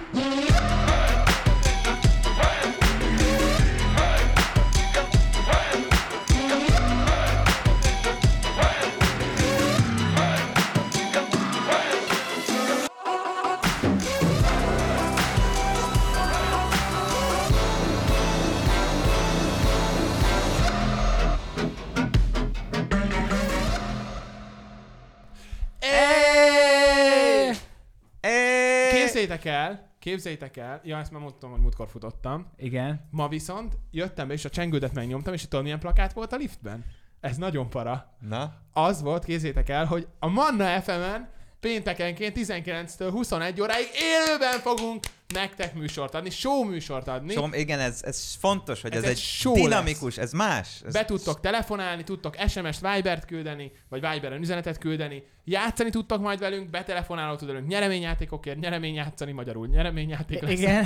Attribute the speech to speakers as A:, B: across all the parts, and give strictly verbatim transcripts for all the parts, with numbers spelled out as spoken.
A: Képzeljétek el, képzeljétek el, ja, ezt már mondtam, hogy múltkor futottam.
B: Igen.
A: Ma viszont jöttem be, és a csengődet megnyomtam, és tudod, milyen plakát volt a liftben? Ez nagyon para.
C: Na?
A: Az volt, képzeljétek el, hogy a Manna ef emen péntekenként tizenkilenctől huszonegy óráig élőben fogunk nektek műsort adni, show műsort adni.
C: Show, igen, ez, ez fontos, hogy ez,
A: ez
C: egy,
A: egy
C: dinamikus,
A: lesz.
C: ez más. Ez...
A: Be tudtok telefonálni, tudtok es em est, Vibert küldeni, vagy Viberen üzenetet küldeni, játszani tudtok majd velünk, betelefonáló tud velünk nyereményjátékokért, nyereményjátszani, magyarul nyereményjáték lesz.
B: Igen.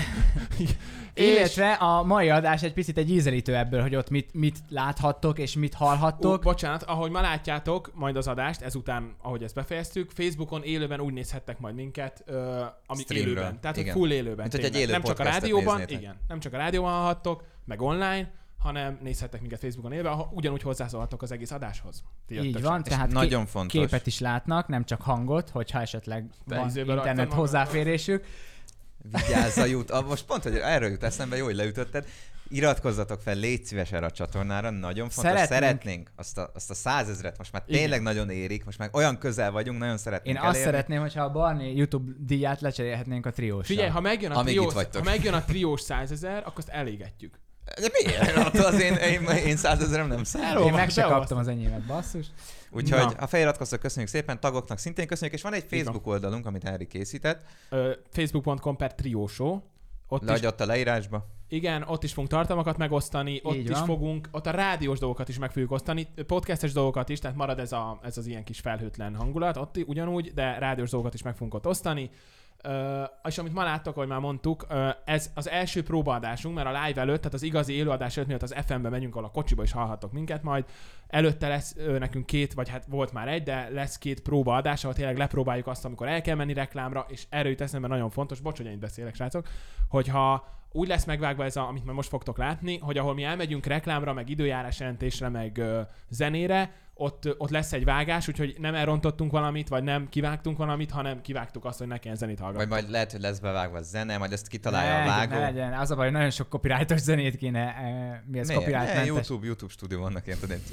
A: és...
B: Illetve a mai adás egy picit egy ízelítő ebből, hogy ott mit, mit láthattok és mit hallhattok.
A: Ó, bocsánat, ahogy ma látjátok majd az adást, ezután, ahogy ezt befejeztük, Facebookon élőben úgy nézhettek majd minket, uh, amit
C: Streamről.
A: élőben. Tehát,
C: igen.
A: hogy full élőben.
C: Mint, hogy egy élő
A: nem csak a rádióban,
C: néznétek.
A: igen, nem csak a rádióban hallhattok, meg online, hanem nézhettek minket Facebookon élőben, ugyanúgy hozzászólhattok az egész adáshoz.
B: Így van, tehát
C: nagyon
B: ké-
C: fontos.
B: képet is látnak, nem csak hangot, hogyha esetleg
A: De
B: van internet
A: rajtam
B: hozzáférésük.
C: Vigyázz a jut. Ah, most pont, hogy erről jut eszembe, jó, hogy leütötted. Iratkozzatok fel, légy szíves erre a csatornára, nagyon fontos.
B: Szeretnénk,
C: Szeretnénk azt a, azt a százezret, most már tényleg igen. nagyon érik, most már olyan közel vagyunk, nagyon szeretnénk
B: Én
C: elérni.
B: azt szeretném, hogyha a Barney YouTube díját lecserélhetnénk a triósra.
A: Figyelj, ha megjön a triós, ha megjön a triós százezer, akkor azt elégetjük.
C: De miért? Attól az én, én, én százezerem nem számít.
B: Én meg se kaptam az enyémet, basszus.
C: Úgyhogy Na. ha feliratkoztok, köszönjük szépen, tagoknak szintén köszönjük, és van egy Facebook oldalunk, amit Henry készített.
A: Uh, facebook pont com per trióshow.
C: Leadjad a leírásba.
A: Igen, ott is fogunk tartalmakat megosztani, ott
B: Így
A: is
B: van.
A: fogunk, ott a rádiós dolgokat is meg fogjuk osztani, podcastes dolgokat is, tehát marad ez, a, ez az ilyen kis felhőtlen hangulat, ott ugyanúgy, de rádiós dolgokat is meg fogunk ott osztani. Uh, és amit ma láttok, ahogy már mondtuk, uh, ez az első próbaadásunk, mert a live előtt, tehát az igazi élőadás előtt, miatt az ef em-be megyünk, ahol a kocsiba is hallhattok minket majd, előtte lesz uh, nekünk két, vagy hát volt már egy, de lesz két próbaadás, ahol tényleg lepróbáljuk azt, amikor el kell menni reklámra, és erről jut eszembe nagyon fontos, bocs, hogy én itt beszélek, srácok, hogyha úgy lesz megvágva ez, a, amit már most fogtok látni, hogy ahol mi elmegyünk reklámra, meg időjárás jelentésre, meg uh, zenére, ott, ott lesz egy vágás, úgyhogy nem elrontottunk valamit, vagy nem kivágtunk valamit, hanem kivágtuk azt, hogy ne kelljen zenét hallgatni.
C: Vagy majd lehet, hogy lesz bevágva a zene, majd ezt kitalálja
B: ne,
C: a vágó.
B: Ne legyen, az a baj, hogy nagyon sok copyrightos zenét kéne, eh, mi ez copyright-mentes.
C: YouTube, YouTube stúdió vannak, én tudom.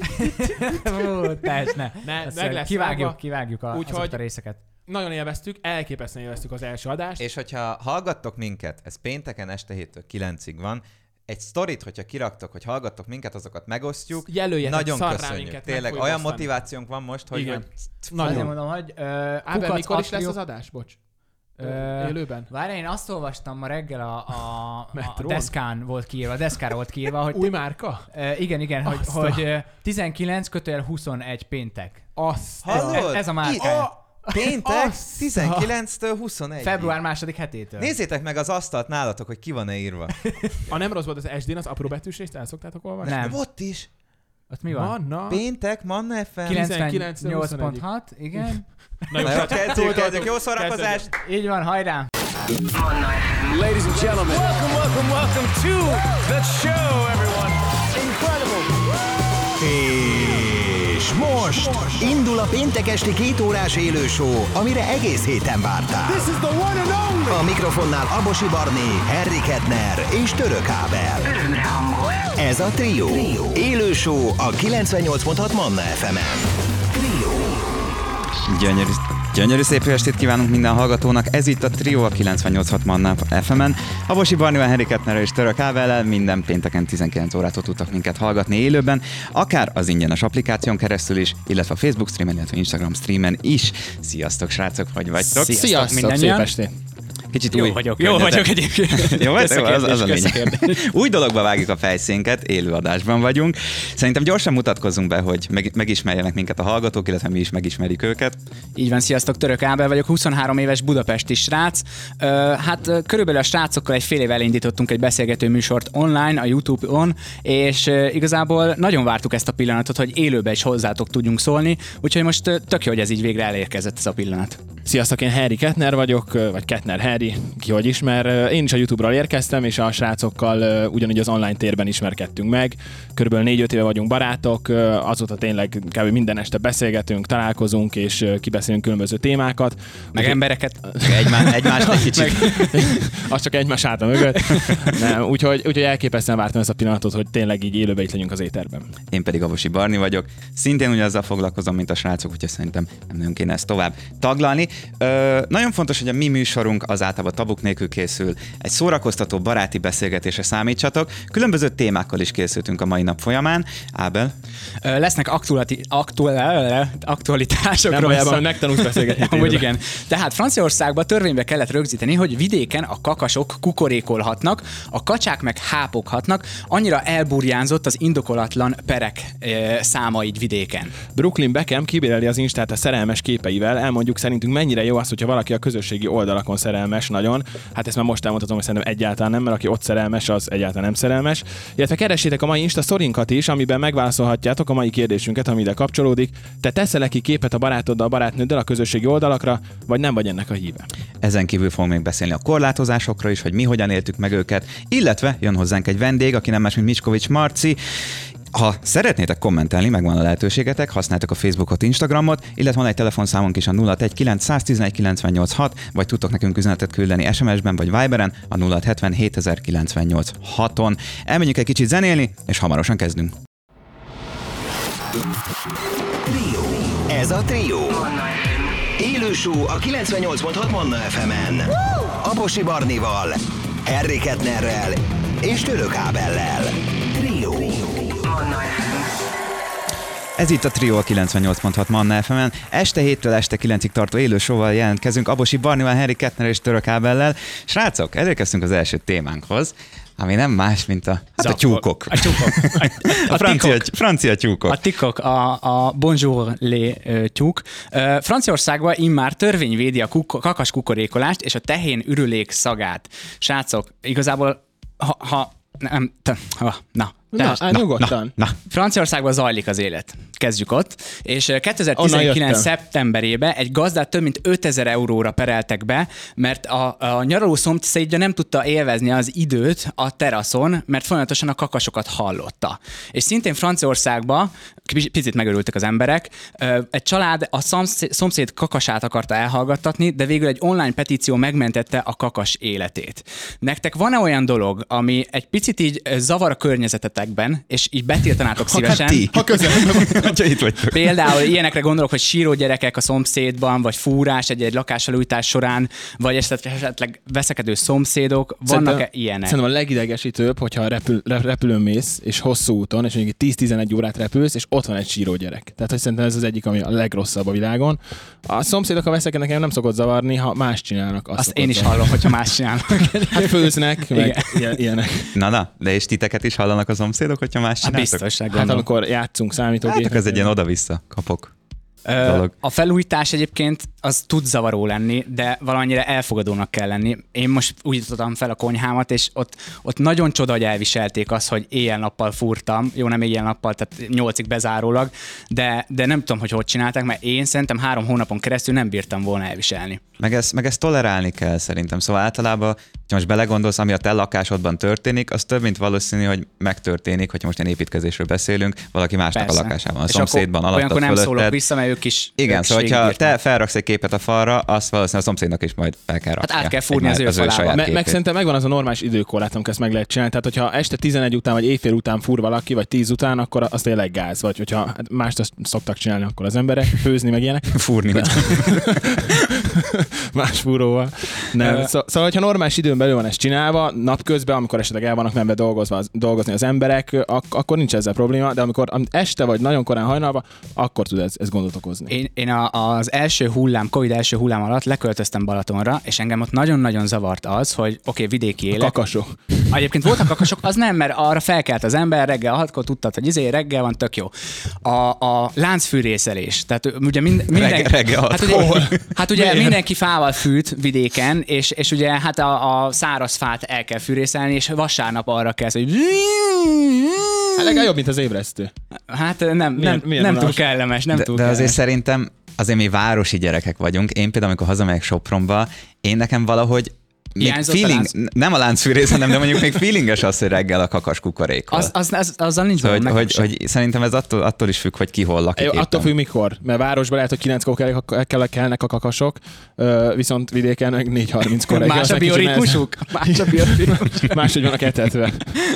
B: Ó, tehes, ne.
A: ne meg lesz
B: kivágjuk,
A: vágva.
B: kivágjuk a,
A: Úgyhogy
B: azokat a részeket.
A: Nagyon élveztük, elképesztően élveztük az első adást.
C: És hogyha hallgattok minket, ez pénteken este héttől kilencig van, egy sztorit, hogyha kiraktok, hogy hallgattok minket, azokat megosztjuk.
A: Jelöljetek,
C: nagyon
A: szarrá
C: köszönjük.
A: minket,
C: Tényleg olyan
A: osztani.
C: motivációnk van most, hogy...
A: Igen.
C: hogy...
A: Nagyon.
B: Azért mondom, hogy uh,
A: Ábel, mikor is lesz az adás? Bocs.
B: Uh,
A: Élőben?
B: Várj, én azt olvastam ma reggel a, a, a
A: Metrón?
B: deszkán volt kiírva, a deszkára volt kiírva, hogy...
A: Új márka?
B: Uh, igen, igen, hogy,
A: Azt
B: hogy uh, tizenkilenc kötőjel huszonegy péntek.
A: Azt.
C: Hallod?
B: Ez, ez a márkája.
C: Péntek
A: Azt-
C: tizenkilenctől huszonegyig.
B: Február második hetétől.
C: Nézzétek meg az asztalt nálatok, hogy ki van-e írva.
A: A nem rossz volt az es dén, az apró betűs részt el szoktátok olvasni?
B: Nem.
C: Ott is.
B: Ott mi van?
A: Manna.
C: Péntek, Manna ef em.
B: kilencvennyolc pont hat, igen.
A: Na jó,
C: Na jó,
A: hát
C: kezdjük, kezdjük. Jó szórakozást!
B: Így van, hajrá!
D: Ladies and gentlemen, welcome, welcome, welcome to the show, everyone. Incredible.
E: És most indul a péntek esti két órás élő show, amire egész héten vártál.
D: This is the one and only.
E: A mikrofonnál Abosi Barni, Henry Kettner és Török Ábel. Ez a Trió. Élő show a kilencvennyolc pont hat Manna ef emen. Trió.
F: Gyönyörű, gyönyörű szép jó estét kívánunk minden hallgatónak. Ez itt a Trió a kilencvennyolc pont hat Manna ef emen. Abosi Barnival, Henry Kettnerrel és Török Ábellel minden pénteken tizenkilenc órától tudtak minket hallgatni élőben, akár az ingyenes applikáción keresztül is, illetve a Facebook streamen, illetve Instagram streamen is. Sziasztok, srácok, hogy vagytok?
B: Sziasztok, szép estét!
F: Kicsit
B: Jó
F: új
B: vagyok, jó vagyok egyébként.
F: Jó, az, az, az a lényeg. Új dologba vágjuk a fejszénket, élő adásban vagyunk. Szerintem gyorsan mutatkozzunk be, hogy meg, megismerjenek minket a hallgatók, illetve mi is megismerjük őket.
G: Így van, sziasztok, Török Ábel vagyok, huszonhárom éves budapesti srác. Uh, hát uh, körülbelül a srácokkal egy fél éve elindítottunk egy beszélgető műsort online, a YouTube-on, és uh, igazából nagyon vártuk ezt a pillanatot, hogy élőben is hozzátok tudjunk szólni, úgyhogy most uh, tök jó, hogy ez így végre elérkezett ez a pillanat.
A: Sziasztok, én Henry Kettner vagyok, vagy Kettner Henry, ismeri, ki hogy ismer. Én is a YouTube-ról érkeztem, és a srácokkal ugyanígy az online térben ismerkedtünk meg. Körülbelül négy-öt éve vagyunk barátok, azóta tényleg kb. Minden este beszélgetünk, találkozunk, és kibeszélünk különböző témákat.
G: Meg
A: Úgy,
G: embereket.
C: Egymás, egymást egy kicsit.
A: az csak egymás háta mögött. Nem, úgyhogy, úgyhogy elképesztően vártam ezt a pillanatot, hogy tényleg így élőben itt legyünk az éterben.
F: Én pedig Avosi Barni vagyok. Szintén ugyanazzal foglalkozom, mint a srácok, úgyhogy szerintem nem nagyon kéne ezt tovább taglalni. Ö, nagyon fontos, hogy a mi műsorunk az általában tabuk nélkül készül. Egy szórakoztató baráti beszélgetésre számítsatok. Különböző témákkal is készültünk a mai nap folyamán. Ábel?
G: Ö, lesznek aktualati, aktuál, aktualitásokról.
A: Nem bajában, hogy megtanulsz beszélgetni.
G: Amúgy igen. Tehát Franciaországban törvénybe kellett rögzíteni, hogy vidéken a kakasok kukorékolhatnak, a kacsák meg hápoghatnak, annyira elburjánzott az indokolatlan perek e, száma így vidéken.
A: Brooklyn Beckham kibéreli az Instát a szerelmes képeivel, elmondjuk szerintünk mennyire jó az, hogyha valaki a közösségi oldalakon szerelmes nagyon. Hát ezt már most elmondhatom, hogy szerintem egyáltalán nem, mert aki ott szerelmes, az egyáltalán nem szerelmes. Illetve keressétek a mai Insta sztorinkat is, amiben megválaszolhatjátok a mai kérdésünket, ami ide kapcsolódik. Te teszel ki képet a barátoddal, a barátnőddel a közösségi oldalakra, vagy nem vagy ennek a híve?
F: Ezen kívül fogunk még beszélni a korlátozásokról is, hogy mi hogyan éltük meg őket, illetve jön hozzánk egy vendég, aki nem más, mint Micskovics Marci. Ha szeretnétek kommentelni, megvan a lehetőségetek, használjátok a Facebookot, Instagramot, illetve van egy telefonszámunk is a nulla hat egy kilenc egy egy kilenc hat, vagy tudtok nekünk üzenetet küldeni es em es-ben vagy Viberen a nulla hat hetven hétezer kilencvennyolc haton. Elmenjünk egy kicsit zenélni, és hamarosan kezdünk.
E: Trio. Ez a Trio. Élő show a kilencvennyolc pont hat Manna ef emen. Aposi Barnival, Harry Kettnerrel és Török Ábellel. Trio.
F: Ez itt a Trio a kilencvennyolc pont hat Manna ef emen. Este héttől este kilencig tartó élő showval jelentkezünk Aposi Barnival, Harry Kettner és Török Ábellel. Srácok, elérkeztünk az első témánkhoz, ami nem más, mint a, hát a tyúkok.
G: A tyúkok. A,
F: A, a francia, francia tyúkok.
G: A tikok, a, a bonjour les uh, tyúk. Uh, Franciaországban immár törvény védi a kuk- kakas kukorékolást és a tehén ürülék szagát. Srácok, igazából, ha, ha nem, te, ha, na,
A: Na, na, nyugodtan.
F: Na, na.
G: Franciaországban zajlik az élet. Kezdjük ott. És kétezer-tizenkilenc szeptemberében egy gazdát több mint ötezer euróra pereltek be, mert a, a nyaraló szomszédja nem tudta élvezni az időt a teraszon, mert folyamatosan a kakasokat hallotta. És szintén Franciaországban, picit megörültek az emberek, egy család a szomszéd kakasát akarta elhallgattatni, de végül egy online petíció megmentette a kakas életét. Nektek van-e olyan dolog, ami egy picit így zavar a környezetet, és így betiltanátok szívesen.
F: Ha, ha közelben hogyha itt vagytok.
G: Például ilyenekre gondolok, hogy síró gyerekek a szomszédban, vagy fúrás egy-egy lakásfelújítás során, vagy esetleg veszekedő szomszédok. Vannak-e ilyenek?
A: Szerintem a legidegesítőbb, hogyha repül, repülőn mész, és hosszú úton, és mondjuk tíz-tizenegy órát repülsz, és ott van egy síró gyerek. Tehát, hogy szerintem ez az egyik, ami a legrosszabb a világon. A szomszédok, ha veszekednek, nekem nem szokott zavarni, ha más csinálnak. Azt,
G: azt én is hallom, hogyha más csinálnak.
A: Hát főznek, meg ilyenek.
F: Na, na, de és titeket is hallanak a szomszédok, hogyha más csináltok?
G: Biztos,
A: hát amikor játszunk számítógépet.
F: Hát ez egy ilyen oda-vissza kapok. Dolog.
G: A felújítás egyébként az tud zavaró lenni, de valamennyire elfogadónak kell lenni. Én most újítottam fel a konyhámat, és ott, ott nagyon csoda, hogy elviselték azt, hogy éjjel-nappal fúrtam. Jó, nem éjjel-nappal, tehát nyolcig bezárólag, de, de nem tudom, hogy hogy csinálták, mert én szerintem három hónapon keresztül nem bírtam volna elviselni.
F: Meg ezt, meg ezt tolerálni kell szerintem. Szóval általában, ha most belegondolsz, ami a te lakásodban történik, az több, mint valószínű, hogy megtörténik, hogyha most ilyen építkezésről beszélünk, valaki másnak Persze. a lakásában, a és szomszédban, alattad,
G: olyankor nem
F: fölötted.
G: szólok vissza, mert ők is.
F: Igen,
G: ők
F: szóval,
G: is
F: hogyha te felraksz egy képet a falra, azt valószínűleg a szomszédnak is majd fel kell rakni.
G: Hát át kell fúrni az ő falába.
A: Me- meg szerintem megvan az a normális időkorlát, amikor ezt meg lehet csinálni. Tehát, hogyha este tizenegy után, vagy éjfél után fúr valaki, vagy tíz után, akkor az tényleg gáz. Vagy hogyha mást azt szoktak csinálni, akkor az emberek, főzni meg ilyenek.
F: Fúrni.
A: Más fúróval. Nem. Uh, szóval, hogyha normális időn belül van ez csinálva, napközben, amikor esetleg el vannak menve dolgozva, az, dolgozni az emberek, ak- akkor nincs ezzel probléma, de amikor este vagy nagyon korán hajnalban, akkor tud ez, ez gondot okozni.
G: Én, én a, az első hullám, Covid első hullám alatt leköltöztem Balatonra, és engem ott nagyon-nagyon zavart az, hogy oké, okay, vidéki élet.
A: Kakasok.
G: Egyébként voltak kakasok, az nem, mert arra felkelt az ember, reggel hatkor tudtad, hogy izé, reggel van, tök jó. A, a láncfűrészelés, tehát ugye mind, minden,
F: reggel, reggel
G: hát ugye, hát ugye mindenki fával fűt vidéken, és, és ugye hát a, a száraz fát el kell fűrészelni, és vasárnap arra kell, hogy...
A: Hát legalább jobb, mint az ébresztő.
G: Hát nem, nem,
A: milyen, milyen
G: nem túl kellemes, nem
F: de,
G: túl
F: de
G: kellemes.
F: azért szerintem azért mi városi gyerekek vagyunk. Én például, amikor hazamegyek Sopronba, én nekem valahogy
C: még
G: Hiányzott a
C: feeling,
G: lánc.
C: nem a láncfűrész, hanem de mondjuk még feelinges az, hogy reggel a kakas kukorékkal.
G: Az, az, az, azzal nincs
C: Szóval,
G: bajom,
C: hogy,
G: nekem
C: hogy,
G: sem.
C: hogy szerintem ez attól, attól is függ, hogy ki hol lakik.
A: Jó,
C: éppen.
A: attól függ mikor, mert városban lehet, hogy kilenckor kell, kell, kelnek a kakasok, ö, viszont vidéken meg négy harminckor.
G: Más a bioritmusuk? Más a bioritmusuk?
A: Máshogy vannak etetve.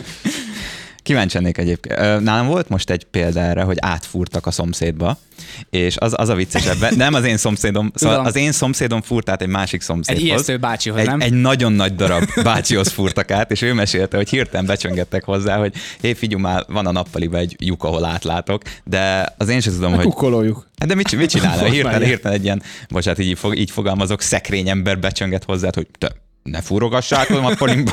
C: Kíváncsi lennék egyébként. Ö, Nálam volt most egy példa erre, hogy átfúrtak a szomszédba, és az, az a vicces ebben, nem az én szomszédom, szóval
G: Tudom.
C: az én szomszédom fúrt át egy másik
G: Egy
C: szomszédhoz.
G: ijesztő bácsihoz,
C: Egy,
G: nem?
C: egy nagyon nagy darab bácsihoz fúrtak át, és ő mesélte, hogy hirtelen becsöngettek hozzá, hogy hé, figyelj már, van a nappaliban egy lyuk, ahol átlátok, de az én sem tudom, hogy...
A: Kukkolójuk.
C: Hát de mit, mit csinál?
A: Most
C: Hirtelen,
A: már
C: hirtelen egy ilyen, bocsánat, így, fog, így fogalmazok, szekrényember becsönget hozzá, hogy te ne fúrogassák a nappalinkba.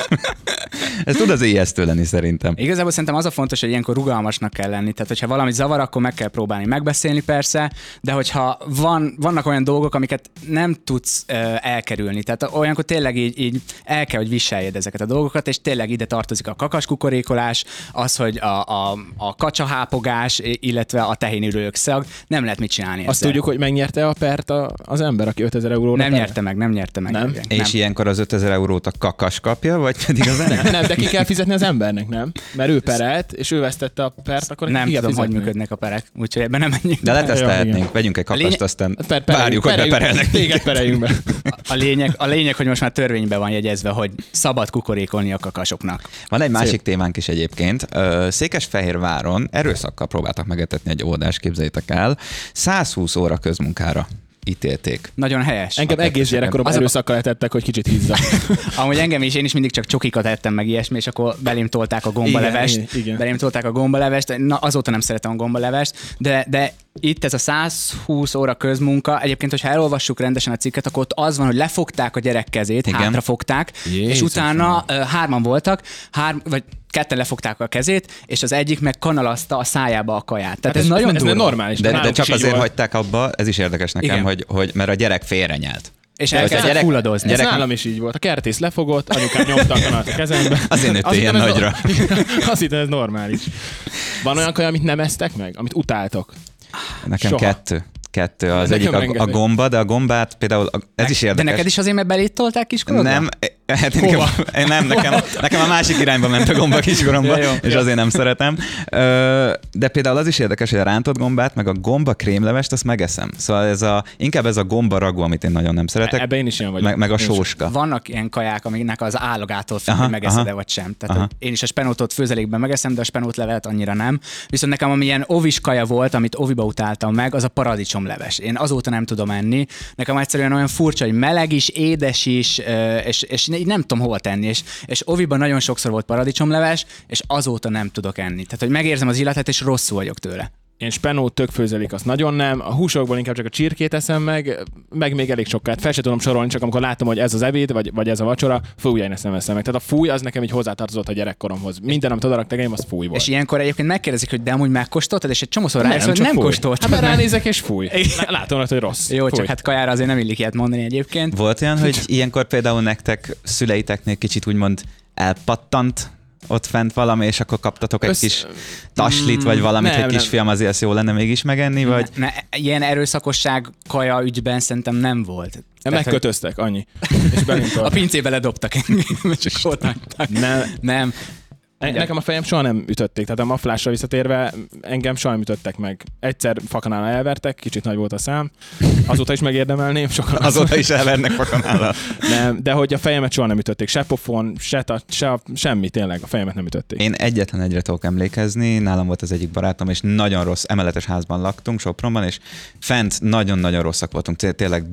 C: Ez tud az ijesztő lenni szerintem.
G: Igazából szerintem az a fontos, hogy ilyenkor rugalmasnak kell lenni. Tehát, hogyha valami zavar, akkor meg kell próbálni megbeszélni persze, de hogyha van, vannak olyan dolgok, amiket nem tudsz uh, elkerülni, tehát olyankor tényleg így, így el kell, hogy viseljed ezeket a dolgokat, és tényleg ide tartozik a kakaskukorékolás, az, hogy a, a, a kacsahápogás, illetve a tehénülők szag, nem lehet mit csinálni
A: Azt
G: ezzel.
A: tudjuk, hogy megnyerte a pert a, az ember, aki ötezer euróra
G: Nem
A: pere?
G: nyerte meg, nem nyerte meg.
A: Nem?
G: Igen,
C: És
G: nem.
C: ilyenkor az ötezer eurót a kakas kapja, vagy pedig az ember?
A: Nem, de ki kell fizetni az embernek, nem? Mert ő perelt, és ő vesztette a pert, akkor
G: Nem
A: ki kell
G: tudom, hogy
A: fizetni.
G: működnek a perek, úgyhogy ebben nem menjünk.
C: De
G: bele.
C: letesztelhetnénk,
A: igen.
C: vegyünk egy kakast,
G: lény-
C: aztán
A: Per, pereljünk,
C: várjuk, hogy
A: pereljünk,
C: beperelnek.
A: Téged pereljünk be.
G: A lényeg, a lényeg, hogy most már törvényben van jegyezve, hogy szabad kukorékolni a kakasoknak.
C: Van egy másik témánk is egyébként. Ö, Székesfehérváron erőszakkal próbáltak megetetni egy óvodást, képzeljétek el. száz húsz óra közmunkára ítélték.
G: Nagyon helyes.
A: Engem
C: A
A: egész
C: kettőseken.
A: gyerekkoromban
G: Az a-
A: erőszakkal etettek, hogy kicsit hízzak.
G: Amúgy engem is, én is mindig csak csokikat ettem meg ilyesmi, és akkor belém tolták a gombalevest.
A: Igen, igen.
G: Belém tolták a gombalevest. Na, azóta nem szeretem a gombalevest, de, de itt ez a száz húsz óra közmunka, egyébként, hogyha elolvassuk rendesen a cikket, akkor ott az van, hogy lefogták a gyerek kezét,
C: Igen.
G: hátrafogták, és
A: Jézusom.
G: utána ö, hárman voltak, hár, vagy ketten lefogták a kezét, és az egyik meg kanalazta a szájába a kaját. Tehát ez, ez nagyon
A: ez
G: durva.
A: normális.
C: De, de
A: nálunk
C: csak
A: is így
C: azért
A: volt.
C: hagyták abba, ez is érdekes nekem,
G: Igen.
C: hogy, hogy mert a gyerek félrenyelt.
G: És
C: Ez
G: elkezdett
C: gyerek-
G: fulladozni.
A: Ez
C: gyerek-
A: nálam is így volt. A kertész lefogott, anyukám nyomta a kanalt a kezembe.
C: Azért nőttél
A: Azt
C: ilyen
A: hittem, ez
C: nagyra.
A: no- Azt hittem, ez normális. Van olyan kaja, amit nem esztek meg? Amit utáltok?
C: Nekem
A: Soha.
C: kettő. Kettő. Az
A: Nekem
C: egyik a, a
A: rengeteg.
C: gomba, de a gombát például, a- ez is
G: De
C: érdekes.
G: neked is azért, mert belét tolták kiskorodban?
C: Nem, hát nekem, nem nekem, nekem a másik irányba ment a gomba kiskoromba,
G: Ja, jó.
C: és azért nem szeretem. Ö, De például az is érdekes, hogy a rántott gombát, meg a gomba krémlevest, azt megeszem. Szóval ez a, inkább ez a gomba ragú, amit én nagyon nem szeretek,
A: Ebben én is ilyen vagyok.
C: meg, meg a
A: Én is.
C: sóska.
G: Vannak ilyen kaják, amiknek az állagától függ,
C: Aha,
G: hogy megeszed-e
C: aha.
G: vagy sem. Tehát
C: Aha.
G: én is a spenótot főzelékben megeszem, de a spenótlevelet annyira nem. Viszont nekem ami ilyen ovis kaja volt, amit oviba utáltam meg, az a paradicsomleves. Én azóta nem tudom enni. Nekem egyszerűen olyan furcsa, hogy meleg is, édes is, ö, és, és így nem tudom hova tenni. És, és oviban nagyon sokszor volt paradicsomleves, és azóta nem tudok enni. Tehát, hogy megérzem az illatát, és rosszul vagyok tőle.
A: Én spenót, tökfőzelék, azt nagyon nem. A húsokból inkább csak a csirkét eszem meg, meg még elég sokat. Fel sem tudom sorolni, csak amikor látom, hogy ez az ebéd, vagy, vagy ez a vacsora, fújján ezt nem eszem meg. Tehát a fúj az nekem így hozzátartozott a gyerekkoromhoz. Minden, amit odarak tegeim, az fúj volt.
G: És ilyenkor egyébként megkérdezik, hogy de amúgy megkóstoltad, és egy csomószor rájössz, hogy
A: csak
G: nem
A: fúj.
G: kóstoltad.
A: Hát mert
G: meg.
A: ránézek és fúj. Látom rajta, hogy rossz.
G: Jó,
A: Fúj.
G: csak hát kajára azért nem illik ilyet mondani egyébként.
C: Volt olyan, hogy ilyenkor például nektek, szüleiteknél kicsit úgymond elpattant ott fent valami, és akkor kaptatok egy
A: Össz-
C: kis taslit, vagy valamit,
A: nem,
C: hogy
A: nem.
C: kisfiam, azért ezt jó lenne mégis megenni, vagy...
G: Ne, ilyen erőszakosság kaja ügyben szerintem nem volt. Tehát, hogy
A: Megkötöztek, annyi. És belém
G: a
A: toltak.
G: pincébe ledobtak engem, csak ott hagytak.
A: Nem.
G: Nem.
A: Nekem a fejem soha nem ütötték, tehát a maflásra visszatérve engem soha nem ütöttek meg. Egyszer fakanállal elvertek, kicsit nagy volt a szám, azóta is megérdemelném, sokan
C: Azóta is elvernek fakanállal.
A: Nem, de hogy a fejemet soha nem ütötték, se pofon, se, ta, se semmi, tényleg, a fejemet nem ütötték.
C: Én egyetlen egyre tudok emlékezni, nálam volt az egyik barátom, és nagyon rossz emeletes házban laktunk, Sopronban, és fent nagyon-nagyon rosszak voltunk, té- tényleg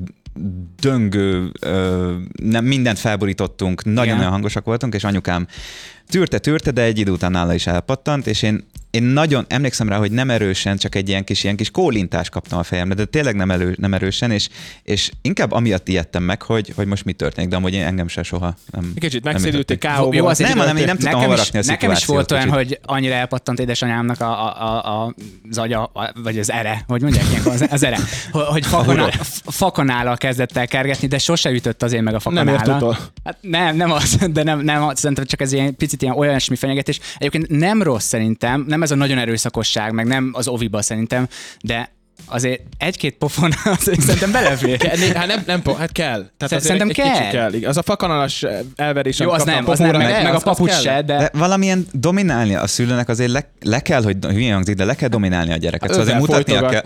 C: döngő, ö, nem, mindent felborítottunk, nagyon-nagyon hangosak voltunk, és anyukám tűrte, tűrte, de egy idő után nála is elpattant, és én, én nagyon emlékszem rá, hogy nem erősen, csak egy ilyen kis, ilyen kis kólintást kaptam a fejemre, de tényleg nem, elő, nem erősen, és, és inkább amiatt ijedtem meg, hogy, hogy most mi történik, de amúgy én engem se soha nem.
A: Kicsit
C: nem
A: megszédülték,
C: ütötték.
A: ká ó
G: Jó,
A: volt.
G: azért
C: Nem, hanem én nem tudtam
G: nekem
C: hova
G: is,
C: rakni a
G: nekem is
C: szituációt
G: volt olyan,
C: kicsit.
G: hogy annyira elpattant édesanyámnak a, a, a, a, az agya, a, vagy az ere, hogy mondják ilyenkor, az, az ere, hogy, hogy fakanál, fakanállal kezdett el kergetni, de sose ütött azért meg a
A: Nem ért
G: fakanállal.
A: utol.
G: Hát nem, nem az, de nem, nem az, szerintem csak ez ilyen picit ilyen olyasmi fenyegetés. Egyébként nem rossz szerintem, nem ez a nagyon erőszakosság, meg nem az oviba szerintem, de azért egy-két pofon azért szerintem belefér.
A: Ke- hát nem, nem, hát kell. Tehát
G: Szerintem
A: egy
G: kell.
A: kicsi kell. Az a fakanalas elverés,
G: Jó, az nem, az nem, meg, meg a papucs se, de...
C: De valamilyen dominálni a szülőnek azért le, le kell, hogy hülyen hangzik, de le kell dominálni a gyereket. Szóval azért mutatnia kell,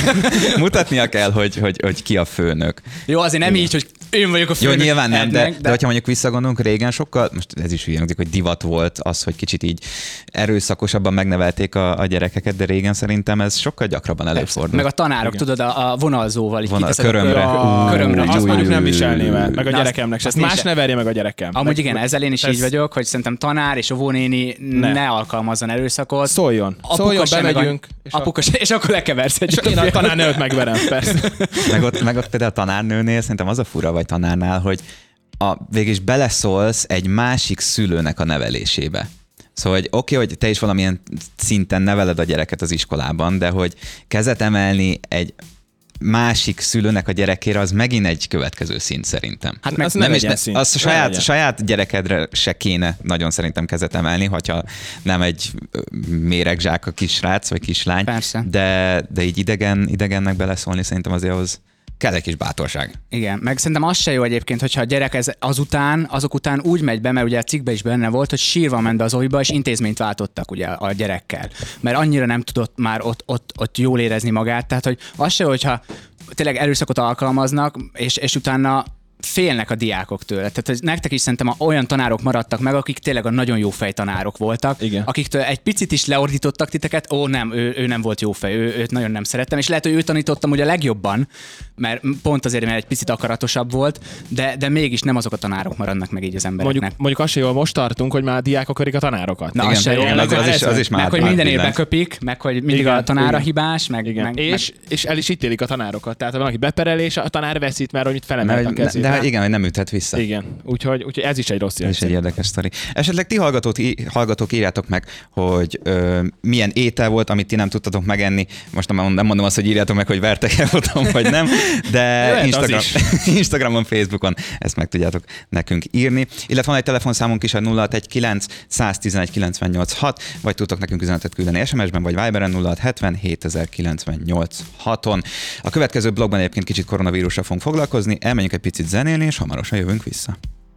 C: mutatnia kell hogy, hogy, hogy ki a főnök.
G: Jó, azért nem így, hogy én vagyok a
C: Jó,
G: főnök.
C: nyilván nem, de,
G: de...
C: de hogyha mondjuk visszagondolunk, régen sokkal, most ez is hülyen hangzik, hogy divat volt az, hogy kicsit így erőszakosabban megnevelték a, a gyerekeket, de régen szerintem ez sokkal gyakrabban előfordul.
G: Meg a tanárok, tudod, a, a vonalzóval így
C: Vonal,
G: kiteszed
C: körömre.
G: A,
C: Ú,
G: körömre.
C: ú,
A: Azt
C: ú,
A: mondjuk
C: ú,
A: nem
C: ú,
A: viselném el,
C: ú,
A: meg a
G: Na,
A: gyerekemnek
G: azt-
A: se. Ezt
G: azt
A: más
G: nincs-
A: ne verje meg a gyerekem.
G: Amúgy
A: Meg-
G: igen, ezzel én is
A: ez-
G: így vagyok, hogy szerintem tanár és óvónéni ne,
A: Ne.
G: alkalmazzon erőszakot.
A: Szóljon.
G: Apuka
A: Szóljon,
G: sem, meg a-
A: bemegyünk. És,
G: Apuka se, és akkor lekeversz egy
A: a, én a tanárnőt megverem, persze.
C: Meg ott, meg ott például a tanárnőnél szerintem az a fura, vagy tanárnál, hogy a, végig is beleszólsz egy másik szülőnek a nevelésébe. Szóval, hogy oké, okay, hogy te is valamilyen szinten neveled a gyereket az iskolában, de hogy kezet emelni egy másik szülőnek a gyerekére, az megint egy következő szint szerintem.
A: Hát meg az nem
C: nem is,
A: legyen
C: ne,
A: szint.
C: az
A: Ne
C: saját,
A: legyen.
C: saját gyerekedre se kéne nagyon szerintem kezet emelni, hogyha nem egy ö, méregzsák a kisrác vagy kislány,
G: Persze.
C: de, de így idegen, idegennek beleszólni szerintem azért ahhoz kell egy kis bátorság.
G: Igen, meg szerintem az se jó egyébként, hogyha a gyerek ez azután, azok után úgy megy be, mert ugye a cikkben is benne volt, hogy sírva ment be az oviba, és intézményt váltottak ugye a gyerekkel. Mert annyira nem tudott már ott, ott, ott jól érezni magát, tehát hogy az se jó, hogyha tényleg erőszakot alkalmaznak, és, és utána félnek a diákok tőle. Tehát hogy nektek is szerintem olyan tanárok maradtak meg, akik tényleg a nagyon jó fej tanárok voltak,
A: Igen.
G: akiktől egy picit is leordítottak titeket, ó nem, ő, ő nem volt jó fej, ő, őt nagyon nem szerettem, és lehet, hogy őt tanítottam ugye a legjobban, mert pont azért, mert egy picit akaratosabb volt, de, de mégis nem azok a tanárok maradnak meg így az embereknek.
A: Mondjuk, mondjuk azt se jól, most tartunk, hogy már a diákok körik a tanárokat.
G: Na,
C: Igen,
G: az se jó.
C: igen,
G: Meg
C: az, az, is, az is már
G: meg hogy minden évben
C: átbillensz.
G: köpik, meg hogy mindig
A: Igen,
G: a tanára
A: igen.
G: hibás, meg,
A: Igen.
G: meg,
A: és, és el is ítélik a tanárokat. Tehát ha valaki beperel, és a tanár veszít, mert hogy mit
C: Mert,
A: felemelt a
C: hogy-
A: kezét.
C: de, de igen, hogy nem üthet vissza.
A: Igen. Úgyhogy, úgyhogy ez is egy rossz
C: Ez is egy
A: jelenség.
C: érdekes sztori. Esetleg ti hallgatók, hallgatók írjátok meg, hogy ö, milyen étel volt, amit ti nem tudtatok megenni. Most nem, nem mondom azt, hogy írjátok meg, hogy vertek-e otthon, vagy nem, de
A: Lehet az
C: Instagram,
A: is.
C: Instagramon, Facebookon ezt meg tudjátok nekünk írni. Illetve van egy telefonszámunk is, a nulla hat egy kilenc száz tizenegy kilencvennyolc hat, vagy tudtok nekünk üzenetet küldeni es em es-ben, vagy Viberen nulla hat hetven hétezer kilencvennyolc haton. A következő blogban egyébként kicsit koronavírusra fogunk foglalkozni, elmenjünk egy picit zenélni, és hamarosan jövünk vissza.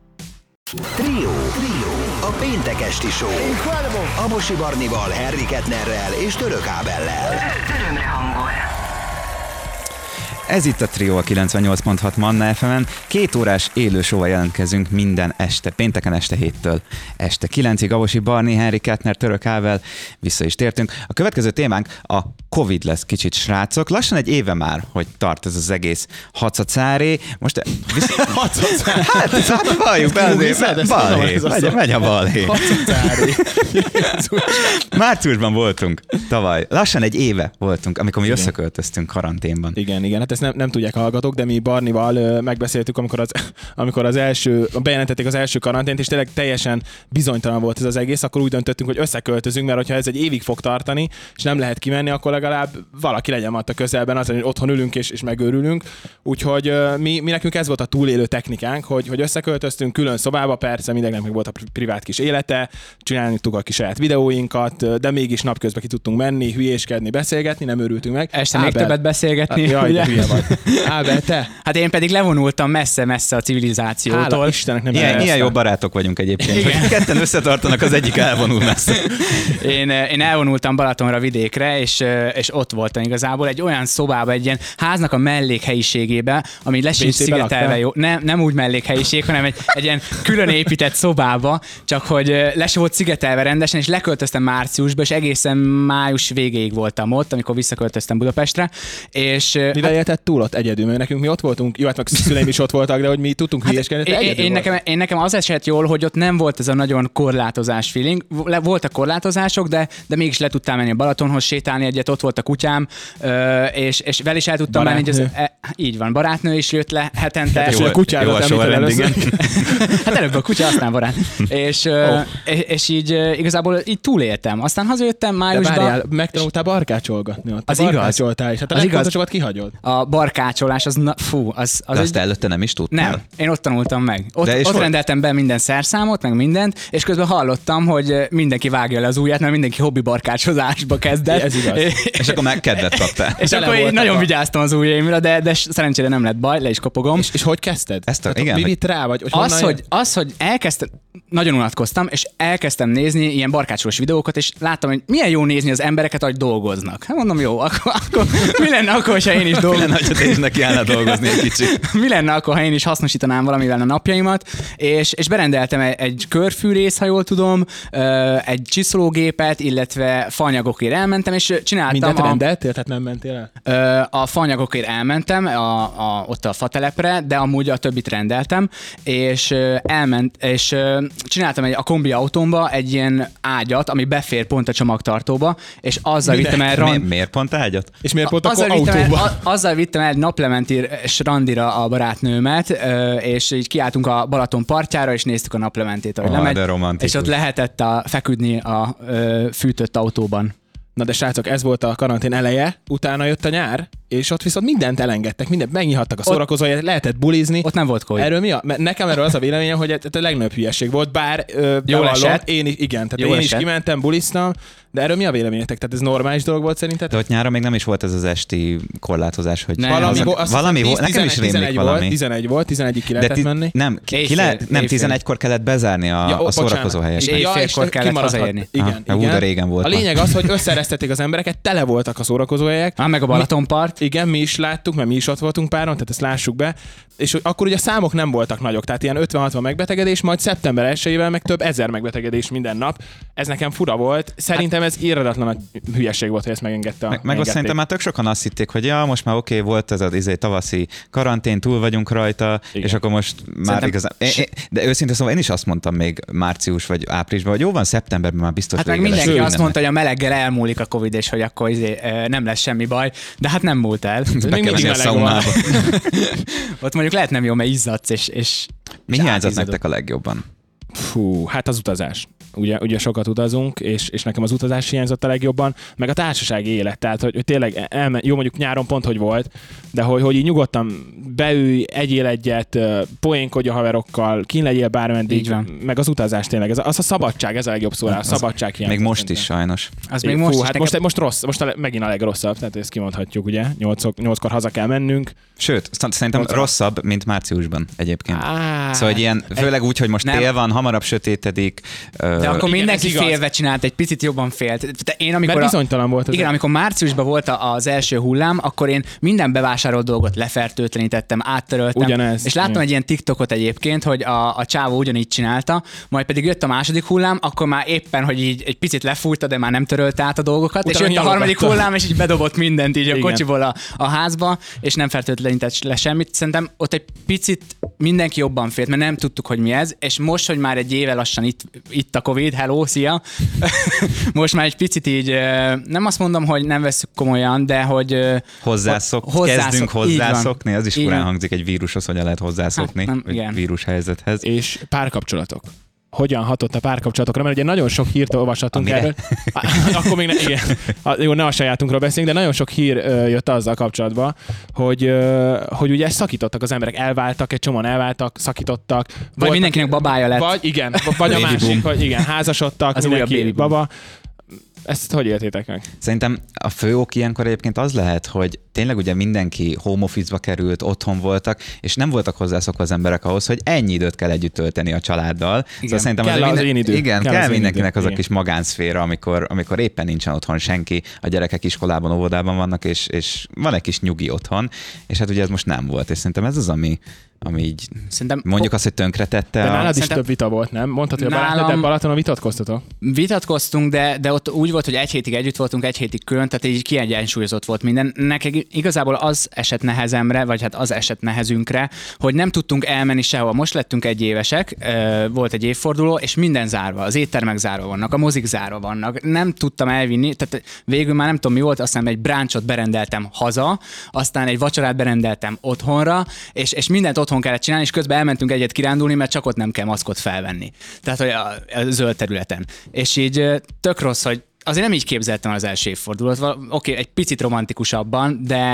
E: Trio. A péntek esti show. Abosi Barnival, Henry Kettnerrel és Török Ábellel.
C: Ez itt a Trio a kilencvennyolc pont hat Manna ef emen. Két órás élő show-val jelentkezünk minden este, pénteken este héttől este kilencig. Abosi Barni, Henry Kettner, Török Ábel, vissza is tértünk. A következő témánk a Covid lesz kicsit, srácok. Lassan egy éve már, hogy tart ez az egész hacacáré. Most visz...
A: Hacacáré.
C: Hát, hát valljuk be azért, balhé, megy, megy a balhé. Márciusban voltunk tavaly. Lassan egy éve voltunk, amikor mi összeköltöztünk karanténban.
A: Igen, igen, hát ezt nem, nem tudják a hallgatók, de mi Barnival ö, megbeszéltük, amikor az, amikor az első, bejelentették az első karantént, és tényleg teljesen bizonytalan volt ez az egész, akkor úgy döntöttünk, hogy összeköltözünk, mert hogyha ez egy évig fog tartani, és nem lehet kimenni, akkor legalább valaki legyen ott a közelben, az, hogy otthon ülünk és, és megőrülünk. Úgyhogy ö, mi, mi nekünk ez volt a túlélő technikánk, hogy, hogy összeköltöztünk külön szobába, persze mindenkinek meg volt a privát kis élete, csinálni tudtuk a kis saját videóinkat, de mégis napközben ki tudtunk menni, hülyéskedni, beszélgetni, nem örültünk meg.
G: Este még többet beszélgetni.
A: Hát, jaj, de
G: ugye?
A: hülye vagy. Ábel, te?
G: Hát én pedig levonultam messze-messze a civilizációtól.
A: Hála Istennek nem
C: Ilyen,
A: elvesztem.
C: ilyen jó barátok vagyunk egyébként, hogy ketten összetartanak, az egyik elvonul messze.
G: Én, én elvonultam Balatonra vidékre, és, és ott voltam igazából egy olyan szobába, egy ilyen háznak a mellékhelyiségébe, ami le sincs
A: bé cébe
G: szigetelve
A: laktál?
G: jó. Nem, nem úgy mellékhelyiség, hanem egy, egy ilyen külön épített szobába, csak hogy le se volt szigetelve rendesen, és leköltöztem márciusba, és egészen május végéig voltam ott, amikor visszaköltöztem Budapestre. És
A: Mivel élted túl ott egyedül? Mert nekünk mi ott voltunk, jó, hát meg szüleim is ott voltak, de hogy mi tudtunk hülyéskedni, te
G: Én,
A: egyedül
G: én,
A: voltál.
G: nekem, én nekem az esett jól, hogy ott nem volt ez a nagyon korlátozás feeling. Le- Voltak korlátozások, de, de mégis le tudtam menni a Balatonhoz sétálni egyet, ott volt a kutyám, ö, és, és vel is el tudtam menni. hogy Az, e, így van, barátnő is jött le hetente.
A: És a kutyádat
C: jó a
A: említed
C: sorrend,
A: először.
C: igen.
G: Hát előbb a kutya, aztán barát. És, oh. és, és így ö, igazából így túléltem. Aztán hazajöttem
A: De
G: májusban.
A: várjál, megtanultál barkácsolgatni ott.
G: Az
A: Te
G: igaz.
A: barkácsoltál is. Hát a
G: Az igaz.
A: legfontosabbat kihagyod.
G: A a barkácsolás, az, na, fú, az... az
C: De azt
G: egy...
C: előtte nem is tudtál?
G: Nem, én ott tanultam meg. Ott,
C: De és
G: ott
C: hol-
G: rendeltem be minden szerszámot, meg mindent, és közben hallottam, hogy mindenki vágja le az ujját, mert mindenki hobbi barkácsozásba kezdett.
H: Ez igaz.
C: És akkor már kedvet kaptál.
G: És
H: Tele
G: akkor én
H: voltak
G: nagyon
H: a-
G: vigyáztam az ujjaimra, de, de szerencsére nem lett baj, le is kopogom.
H: És, és hogy kezdted?
C: Ezt a-
H: Tehát
C: igen,
H: Mi
C: hogy-
H: vitt rá, vagy, vagy
G: Az
H: honnan
G: hogy, az, hogy elkezdtem, nagyon unatkoztam, és elkezdtem nézni ilyen barkácsolós videókat, és láttam, hogy milyen jó nézni az embereket, ahogy dolgoznak. Hát mondom, jó, akkor, akkor mi lenne akkor, hogyha én is
C: Mi
G: dolgozom?
C: lenne, hogyha te is neki állna dolgozni egy kicsit?
G: Mi lenne akkor, ha én is hasznosítanám valamivel a napjaimat, és, és berendeltem egy, egy körfűrész, ha jól tudom, ö, egy csiszológépet, illetve faanyagokért elmentem, és csináltam
H: mindent
G: a,
H: rendeltél, tehát nem mentél el?
G: ö, a faanyagokért elmentem a, a, ott a fatelepre, de amúgy a többit rendeltem, és ö, elment, és ö, csináltam egy, a kombi autómba egy ilyen ágyat, ami befér pont a csomagtartóba, és azzal vittem el
C: Mi,
G: ran-
C: miért pont ágyat?
H: És miért pont akkor
G: azzal vittem, el,
H: autóba?
G: a, azzal vittem el naplementis randira a barátnőmet, ö, és így kiálltunk a Balaton partjára, és néztük a naplementét, ahogy
C: Ah,
G: lemegy,
C: de romantikus.
G: és ott lehetett a, feküdni a ö, fűtött autóban.
H: Na de srácok, ez volt a karantén eleje, utána jött a nyár, és ott viszont mindent elengedtek, mindent megnyithattak a szórakozóját, lehetett bulizni.
G: Ott nem volt Covid.
H: Erről mi a? Mert nekem erről az a véleményem, hogy ez a legnagyobb hülyeség volt, bár ö, bevallom,
G: esett.
H: én is, igen, tehát
G: Jól
H: én is
G: esett.
H: kimentem, buliztam, de erről mi a véleményetek? Tehát ez normális dolog volt szerinted?
C: De ott nyáron még nem is volt ez az esti korlátozás, hogy
G: Nem.
H: Valami,
C: az-
H: go- azt
C: valami
H: hiszem
C: volt, nekem is
H: tizenegy
C: rémlik
H: volt,
C: valami.
H: tizenegy volt, tizenegyig ki
C: De
H: lehetett
C: ti,
H: menni.
C: nem, ki, ki
G: Éjfél,
C: lehet, nem
G: éjfél.
C: tizenegykor kellett bezárni a,
H: Ja,
C: a
H: ó,
C: szórakozó
H: bocsánat.
C: helyeket.
G: És éjfélkor
H: és
G: kellett
H: kimaradhat.
G: hazaérni.
H: Igen,
C: Aha,
H: igen.
C: ú, de régen volt
H: A
C: már.
H: lényeg az, hogy összeresztették az embereket, tele voltak a szórakozóhelyek.
G: Ah, meg a Balatonpart.
H: Igen, mi is láttuk, mert mi is ott voltunk páron, tehát ezt lássuk be. És hogy akkor ugye a számok nem voltak nagyok, tehát ilyen ötven-hatvan megbetegedés, majd szeptember elsejével meg több ezer megbetegedés minden nap. Ez nekem fura volt. Szerintem ez irdatlan nagy hülyeség volt, hogy ezt megengedte. a-
C: Meg, meg azt
H: megengedték.
C: szerintem már tök sokan azt hitték, hogy ja, most már oké, okay, volt ez az izé, tavaszi karantén, túl vagyunk rajta,
H: Igen.
C: és akkor most már
G: Szerintem-
C: igazán... Én, én, de őszintén szóval én is azt mondtam még március vagy áprilisban, hogy jó van, szeptemberben már biztos
G: Hát meg
C: vége lesz
G: mindenki azt
C: mindennek.
G: mondta, hogy a meleggel elmúlik a Covid, és hogy akkor izé, ö, nem lesz semmi baj, de hát nem múlt el.
C: Be
H: még
C: kell
H: mindig
C: menni a
H: meleg van.
C: szaunába.
G: Ott mondjuk lehet nem jó, mert izzadsz, és, és
C: Mi
G: és
C: hiányzott
G: átizzadod.
C: nektek a legjobban?
H: Fú, hát az utazás. Ugye, ugye sokat utazunk, és, és nekem az utazás hiányzott a legjobban, meg a társasági élet, tehát hogy, hogy tényleg elmen, jó mondjuk nyáron pont, hogy volt, de hogy, hogy így nyugodtan beülj, egyél egyet, ö, poénkodj a haverokkal, kín legyél bármeddig,
G: Így van.
H: meg az utazás tényleg, ez, a- az a szabadság, ez a legjobb szó rá, a
C: Az-
H: szabadság hiányzott.
C: Még most is
H: szerintem.
C: sajnos.
G: az
H: Fú,
G: még most is
H: hát
G: nekem...
H: most, most rossz, most a, le- megint a legrosszabb, tehát ezt kimondhatjuk, ugye, nyolc, nyolckor haza kell mennünk.
C: Sőt, sz- szerintem
H: Nyolcvan.
C: rosszabb, mint márciusban egyébként.
H: Á,
C: Szóval, hogy ilyen, főleg úgy, hogy most
G: Nem.
C: tél van, hamarabb sötétedik.
G: De
C: ö,
G: akkor
H: igen,
G: mindenki
H: ez igaz.
G: félve csinált, egy picit jobban félt. De én amikor
H: mert
G: a,
H: bizonytalan volt ez.
G: igen, amikor márciusban volt a- az első hullám, akkor én minden bevásárolt dolgot lefertőtlenítettem, áttöröltem.
H: Ugyanez,
G: És láttam
H: igen.
G: egy ilyen TikTokot egyébként, hogy a, a csávó ugyanígy csinálta, majd pedig jött a második hullám, akkor már éppen, hogy így egy picit lefújta, de már nem törölte át a dolgokat,
H: Utána
G: és jött a harmadik
H: nyalogatta.
G: hullám, és így bedobott mindent így a
H: Igen.
G: kocsiból a, a házba, és nem fertőtlenített le semmit. Szerintem ott egy picit mindenki jobban félt, mert nem tudtuk, hogy mi ez, és most, hogy már egy éve lassan itt, itt a Covid, hello, szia, most már egy picit így, ö, nem azt mondom, hogy nem veszük komolyan, de hogy ö,
C: Hozzászok,
G: hozzászok-
C: kezdünk
G: így van.
C: hozzászokni, az is
G: Így
C: furán
G: van.
C: hangzik egy vírushoz, hogyan lehet hozzászokni,
G: Hát, nem,
C: vagy
G: igen.
C: vírushelyzethez.
H: És párkapcsolatok. Hogyan hatott a párkapcsolatokra? Mert ugye nagyon sok hírt olvashatunk
C: Amire?
H: erről. Akkor még ne, igen. A- Jó, ne a sajátunkról beszélünk, de nagyon sok hír ö, jött azzal kapcsolatban, hogy, ö, hogy ugye szakítottak az emberek, elváltak, egy csomóan elváltak, szakítottak.
G: vagy
H: Voltak-
G: mindenkinek babája lett.
H: Vagy igen, vagy a
C: Baby
H: másik,
C: boom.
H: hogy igen, házasodtak,
G: Az
H: mindenki
G: újabb baby boom.
H: baba. Ezt hogy éltétek meg?
C: Szerintem a fő ok ilyenkor egyébként az lehet, hogy tényleg ugye mindenki home office-ba került, otthon voltak, és nem voltak hozzászokva az emberek ahhoz, hogy ennyi időt kell együtt tölteni a családdal. Szóval szerintem
H: Kell
C: azért
H: az én idő.
C: Igen,
H: Kell
C: kell,
H: az én
C: mindenkinek
H: idő.
C: az a
H: Igen.
C: kis magánszféra, amikor, amikor éppen nincsen otthon senki, a gyerekek iskolában, óvodában vannak, és, és van egy kis nyugi otthon, és hát ugye ez most nem volt, és szerintem ez az, ami, ami így
G: Szerintem
C: mondjuk azt, hogy tönkretette.
H: De
C: a...
H: nálad is
G: Szerintem-
H: több vita volt, nem? Mondtad, hogy a
G: Nálam-
H: barátnőddel Balatonon vitatkoztatok?
G: vitatkoztunk, de, de ott úgy volt, hogy egy hétig együtt voltunk, egy hétig külön, tehát így kiegyensúlyozott volt minden. Neked igazából az esett nehezemre, vagy hát az esett nehezünkre, hogy nem tudtunk elmenni sehova. Most lettünk egy évesek, ö, volt egy évforduló, és minden zárva. Az éttermek zárva vannak, a mozik zárva vannak. Nem tudtam elvinni, tehát végül már nem tudom mi volt, aztán egy bráncsot berendeltem haza, aztán egy vacsorát berendeltem otthonra, és, és mindent otthon kellett csinálni, és közben elmentünk egyet kirándulni, mert csak ott nem kell maszkot felvenni. Tehát, hogy a, a zöld területen. És így ö, tök rossz, hogy azért nem így képzeltem el az első évfordulót. Val- Oké, egy picit romantikusabban, de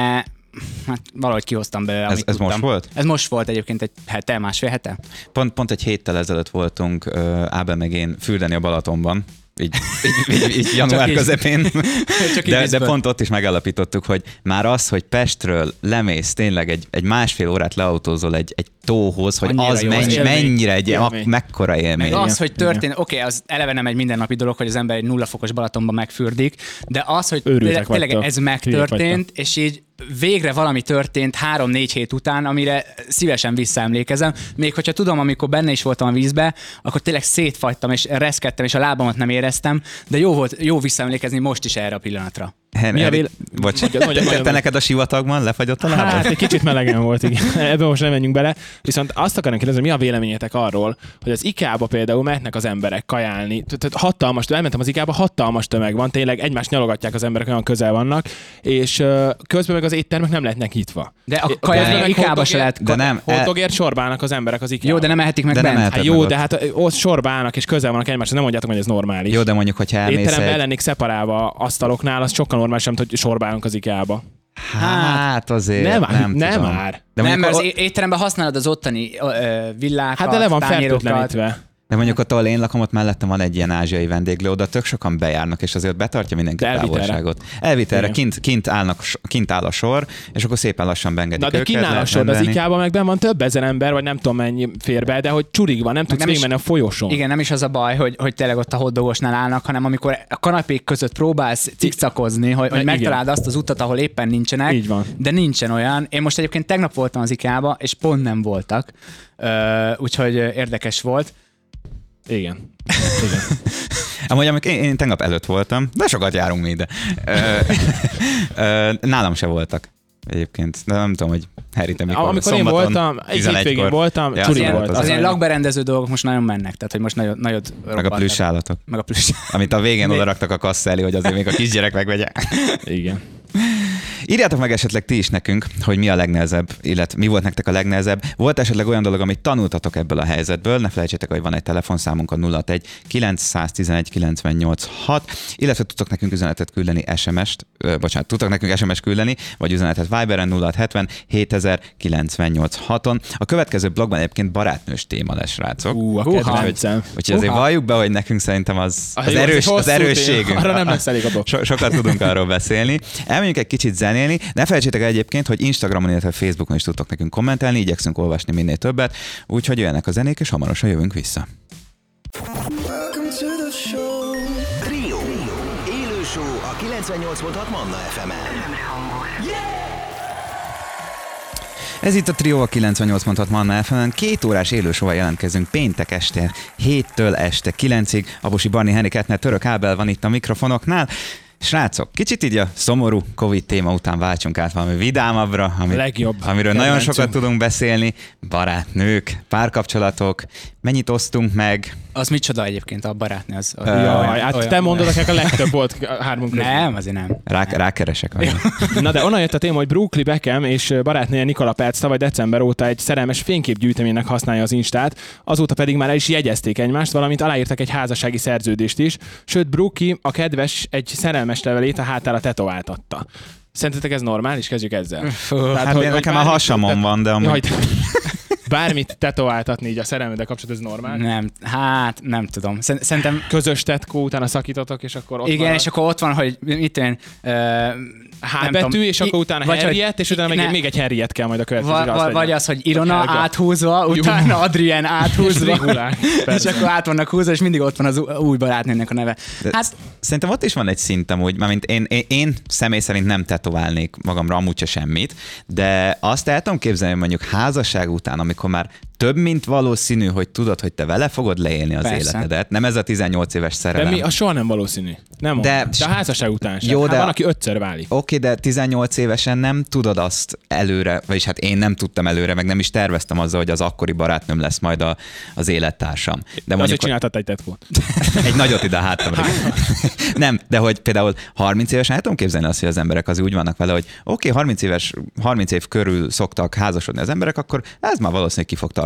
G: hát valahogy kihoztam belőle,
C: Ez,
G: amit
C: ez
G: tudtam.
C: most volt?
G: Ez most volt egyébként egy hete, másfél hete.
C: Pont, pont egy héttel ezelőtt voltunk uh, Ábel meg én fürdeni a Balatonban. Így, így, így, így január
G: így.
C: közepén.
G: Csak így
C: De, de
G: vízből.
C: pont ott is megállapítottuk, hogy már az, hogy Pestről lemész tényleg egy, egy másfél órát leautózol egy, egy tóhoz, hogy
G: Annyira
C: az
G: jó,
C: mennyi,
G: az élmény.
C: mennyire egy
H: Élmény.
C: ak- mekkora élmény.
G: Meg az, hogy történt, oké, okay, az eleve nem egy mindennapi dolog, hogy az ember egy nulla fokos Balatonban megfürdik, de az, hogy
H: Őrültek
G: tényleg, tényleg
H: vagytok.
G: ez
H: Hülyék
G: megtörtént, és így végre valami történt három-négy hét után, amire szívesen visszaemlékezem. Még hogyha tudom, amikor benne is voltam a vízbe, akkor tényleg szétfagytam, és reszkedtem, és a lábamat nem éreztem, de jó volt, jó visszaemlékezni most is erre a pillanatra.
C: Hen-
H: Mi a
C: Erik,
H: véle-
C: Bocs,
H: Mondja- mondja-
C: te, te
H: mondja-
C: neked a sivatagban lefagyott a lábad?
H: Hát egy kicsit melegen volt, igen. Ebben most nem menjünk bele. Viszont azt akarom kérdezni, mi a véleményetek arról, hogy az IKEA-ba például mehetnek az emberek kajálni. Tehát hatalmas, elmentem az IKEA-ba, hatalmas tömeg van, tényleg egymást nyalogatják az emberek, olyan közel vannak, és uh, közben meg az éttermek nem lehetnek nyitva.
G: De a
H: É-
G: kajálni
H: közben meg
G: IKEA-ba
H: hotdogért-
G: se lehet-
C: De nem, el-
H: Hotdogért sorba állnak az emberek az IKEA-ba.
G: Jó, de nem ehetik meg
C: De nem
G: bent.
C: ehet-
H: Hát
C: meg
H: jó,
C: ott.
H: de hát ott sorba állnak és közel vannak egymáshoz, nem mondjátok, hogy ez normális.
C: Jó, de mondjuk, hogyha elmész
H: Étteremben
C: egy...
H: el lennék szeparálva asztaloknál, az sokkal normálisabb, mint hogy sorba állunk az IKEA-ba.
C: Hát azért
H: Nem,
C: nem,
H: nem
C: tudom.
H: már.
C: De
G: Nem,
C: mondjuk,
G: mert az
C: o-
G: é- étteremben használod az ottani ö, villákat,
H: Hát de le van
G: tányérokat.
H: fertőtlenítve.
C: de mondjuk ott, ahol én lakom, ott mellettem van egy ilyen ázsiai vendéglő, oda tök sokan bejárnak, és azért betartja mindenki
H: De
C: a
H: elvitt erre.
C: távolságot. Elvitt erre,
H: Igen.
C: kint, kint, állnak, kint áll a sor, és akkor szépen lassan beengedik
H: Na de
C: őket.
H: kínál a
C: lehet
H: sor, de az
C: rendelni.
H: IKEA-ban meg benn van több ezer ember, vagy nem tudom mennyi fér be, de hogy csurig van, nem tudsz
G: nem is-
H: végigmenni a folyosón.
G: Igen, nem is az a baj, hogy, hogy tényleg ott a hotdogosnál állnak, hanem amikor a kanapék között próbálsz cikcakozni, hogy, hogy
H: Igen.
G: megtaláld azt az utat, ahol éppen nincsenek,
H: Így van.
G: de nincsen olyan. Én most egyébként tegnap voltam az IKEA-ba, és pont nem voltak, Ö, úgyhogy ö, érdekes volt.
H: Igen. Igen.
C: Amúgy amikor én, én tegnap előtt voltam, de sokat járunk mi ide. Ö, ö, Nálam se voltak egyébként, de nem tudom, hogy Harry, te mikor?
H: Amikor én
C: Szombaton,
H: voltam, egy
C: tizenegykor.
H: hétvégén voltam,
C: Ja,
H: csurig
C: az
G: Ilyen,
H: volt.
C: az
G: az
C: az
G: ilyen
C: olyan.
G: lakberendező dolgok most nagyon mennek, tehát hogy most nagyon, nagyon
C: Meg a plüss állatok,
G: Meg a plüss.
C: amit a végén
G: Mi?
C: oda raktak a kassa elé, hogy azért még a kisgyerek megvegye.
H: Igen.
C: Írjátok meg esetleg ti is nekünk, hogy mi a legnehezebb, illetve mi volt nektek a legnehezebb. Volt esetleg olyan dolog, amit tanultatok ebből a helyzetből, ne felejtsétek, hogy van egy telefonszámunk a nulla hatvanegy kilencszázidenegy kilencvennyolcvanhat, illetve tudtok nekünk üzenetet küldeni es em es-t, ö, bocsánat, tudtok nekünk es em es küldeni, vagy üzenetet Viberen nulla hatvanhetven hétezer kilencvennyolcvanhaton. A következő blogban egyébként barátnős téma lesz, srácok.
H: Ú, a
G: Húha.
H: kedvencem.
C: Úgyhogy azért
G: Húha.
C: valljuk be, hogy nekünk szerintem az, az,
H: jó,
C: erős,
H: egy hosszú
C: az erősségünk.
H: téma. Arra nem lesz elég a blog.
C: So, sokat tudunk arról beszélni. Elmegyünk egy kicsit zenélni. Ne felejtsétek el egyébként, hogy Instagramon, illetve Facebookon is tudtok nekünk kommentelni, igyekszünk olvasni minél többet, úgyhogy jöjjenek a zenék, és hamarosan jövünk vissza.
E: Trio. Élő show a kilencvennyolc pont hat Manna ef emen.
C: Ez itt a Trio a kilencvennyolc pont hat Manna ef emen. Két órás élősóval jelentkezünk péntek este héttől este kilencig. Aposi Barni, Henrik Etner, Török Ábel van itt a mikrofonoknál. Srácok, kicsit így a szomorú Covid téma után váltsunk át valami vidámabbra, ami,
H: Legjobb.
C: amiről nagyon
H: Kedvencünk.
C: sokat tudunk beszélni. Barátnők, párkapcsolatok, mennyit osztunk meg.
G: Az micsoda egyébként a barátnő? Az, az
H: Jaj, hát
G: olyan-
H: te mondod, akik a legtöbb volt a hármunk közül.
G: Nem, azért nem.
C: Rá, rákeresek.
H: Na de onnan jött a téma, hogy Brooklyn Beckham és barátnője Nikola Perc tavaly december óta egy szerelmes fényképgyűjteménynek használja az Instát, azóta pedig már el is jegyezték egymást, valamint aláírtak egy házassági szerződést is, sőt Brooklyn a kedves egy szerelmes levelét a hátára tetováltatta. Szerintetek ez normális? Kezdjük ezzel. Tehát,
C: Hát hogy, nekem a
H: bármit-
C: hasamon van, de amúgy...
H: Jaj, bármit tetováltatni így a szerelmeddel kapcsolatban, ez normál?
G: Nem, hát nem tudom. Szer- Szerintem
H: Közös tetkó, utána szakítotok, és akkor ott
G: igen,
H: marad.
G: és akkor ott van, hogy mit én, uh,
H: H betű, és akkor utána Harriet, és utána még, még egy Harriet kell majd a következő.
G: Va, va, vagy az, hogy Irona
H: Helga.
G: áthúzva, utána Adrien áthúzva,
H: Rigulán,
G: és
H: persze.
G: akkor át vannak húzva, és mindig ott van az ú- új barátnőnek a neve.
C: De
G: Hát
C: szerintem ott is van egy szintem, úgy, mármint én, én, én személy szerint nem tetoválnék magamra amúgy se semmit, de azt el tudom képzelni, hogy mondjuk házasság után, amikor már több mint valószínű, hogy tudod, hogy te vele fogod leélni az
G: Persze.
C: életedet. Nem ez a tizennyolc éves
H: De
C: szerelem.
H: mi, az soha nem valószínű. Nem
C: De-
H: de, de a házasság után sem.
C: Jó,
H: Hát
C: de-
H: van, aki ötször válik.
C: Oké, de tizennyolc évesen nem tudod azt előre, vagyis hát én nem tudtam előre, meg nem is terveztem azzal, hogy az akkori barátnőm lesz majd a, az élettársam. De
H: De azért
C: mondjuk
H: csináltat egy tetkót.
C: egy nagyot ide a hátamra. Nem, de hogy például harminc évesen el tudom képzelni azt, hogy az emberek az úgy vannak vele, hogy oké, harminc éves, harminc év körül szoktak házasodni az emberek, akkor ez már valószínűleg ki fog tartani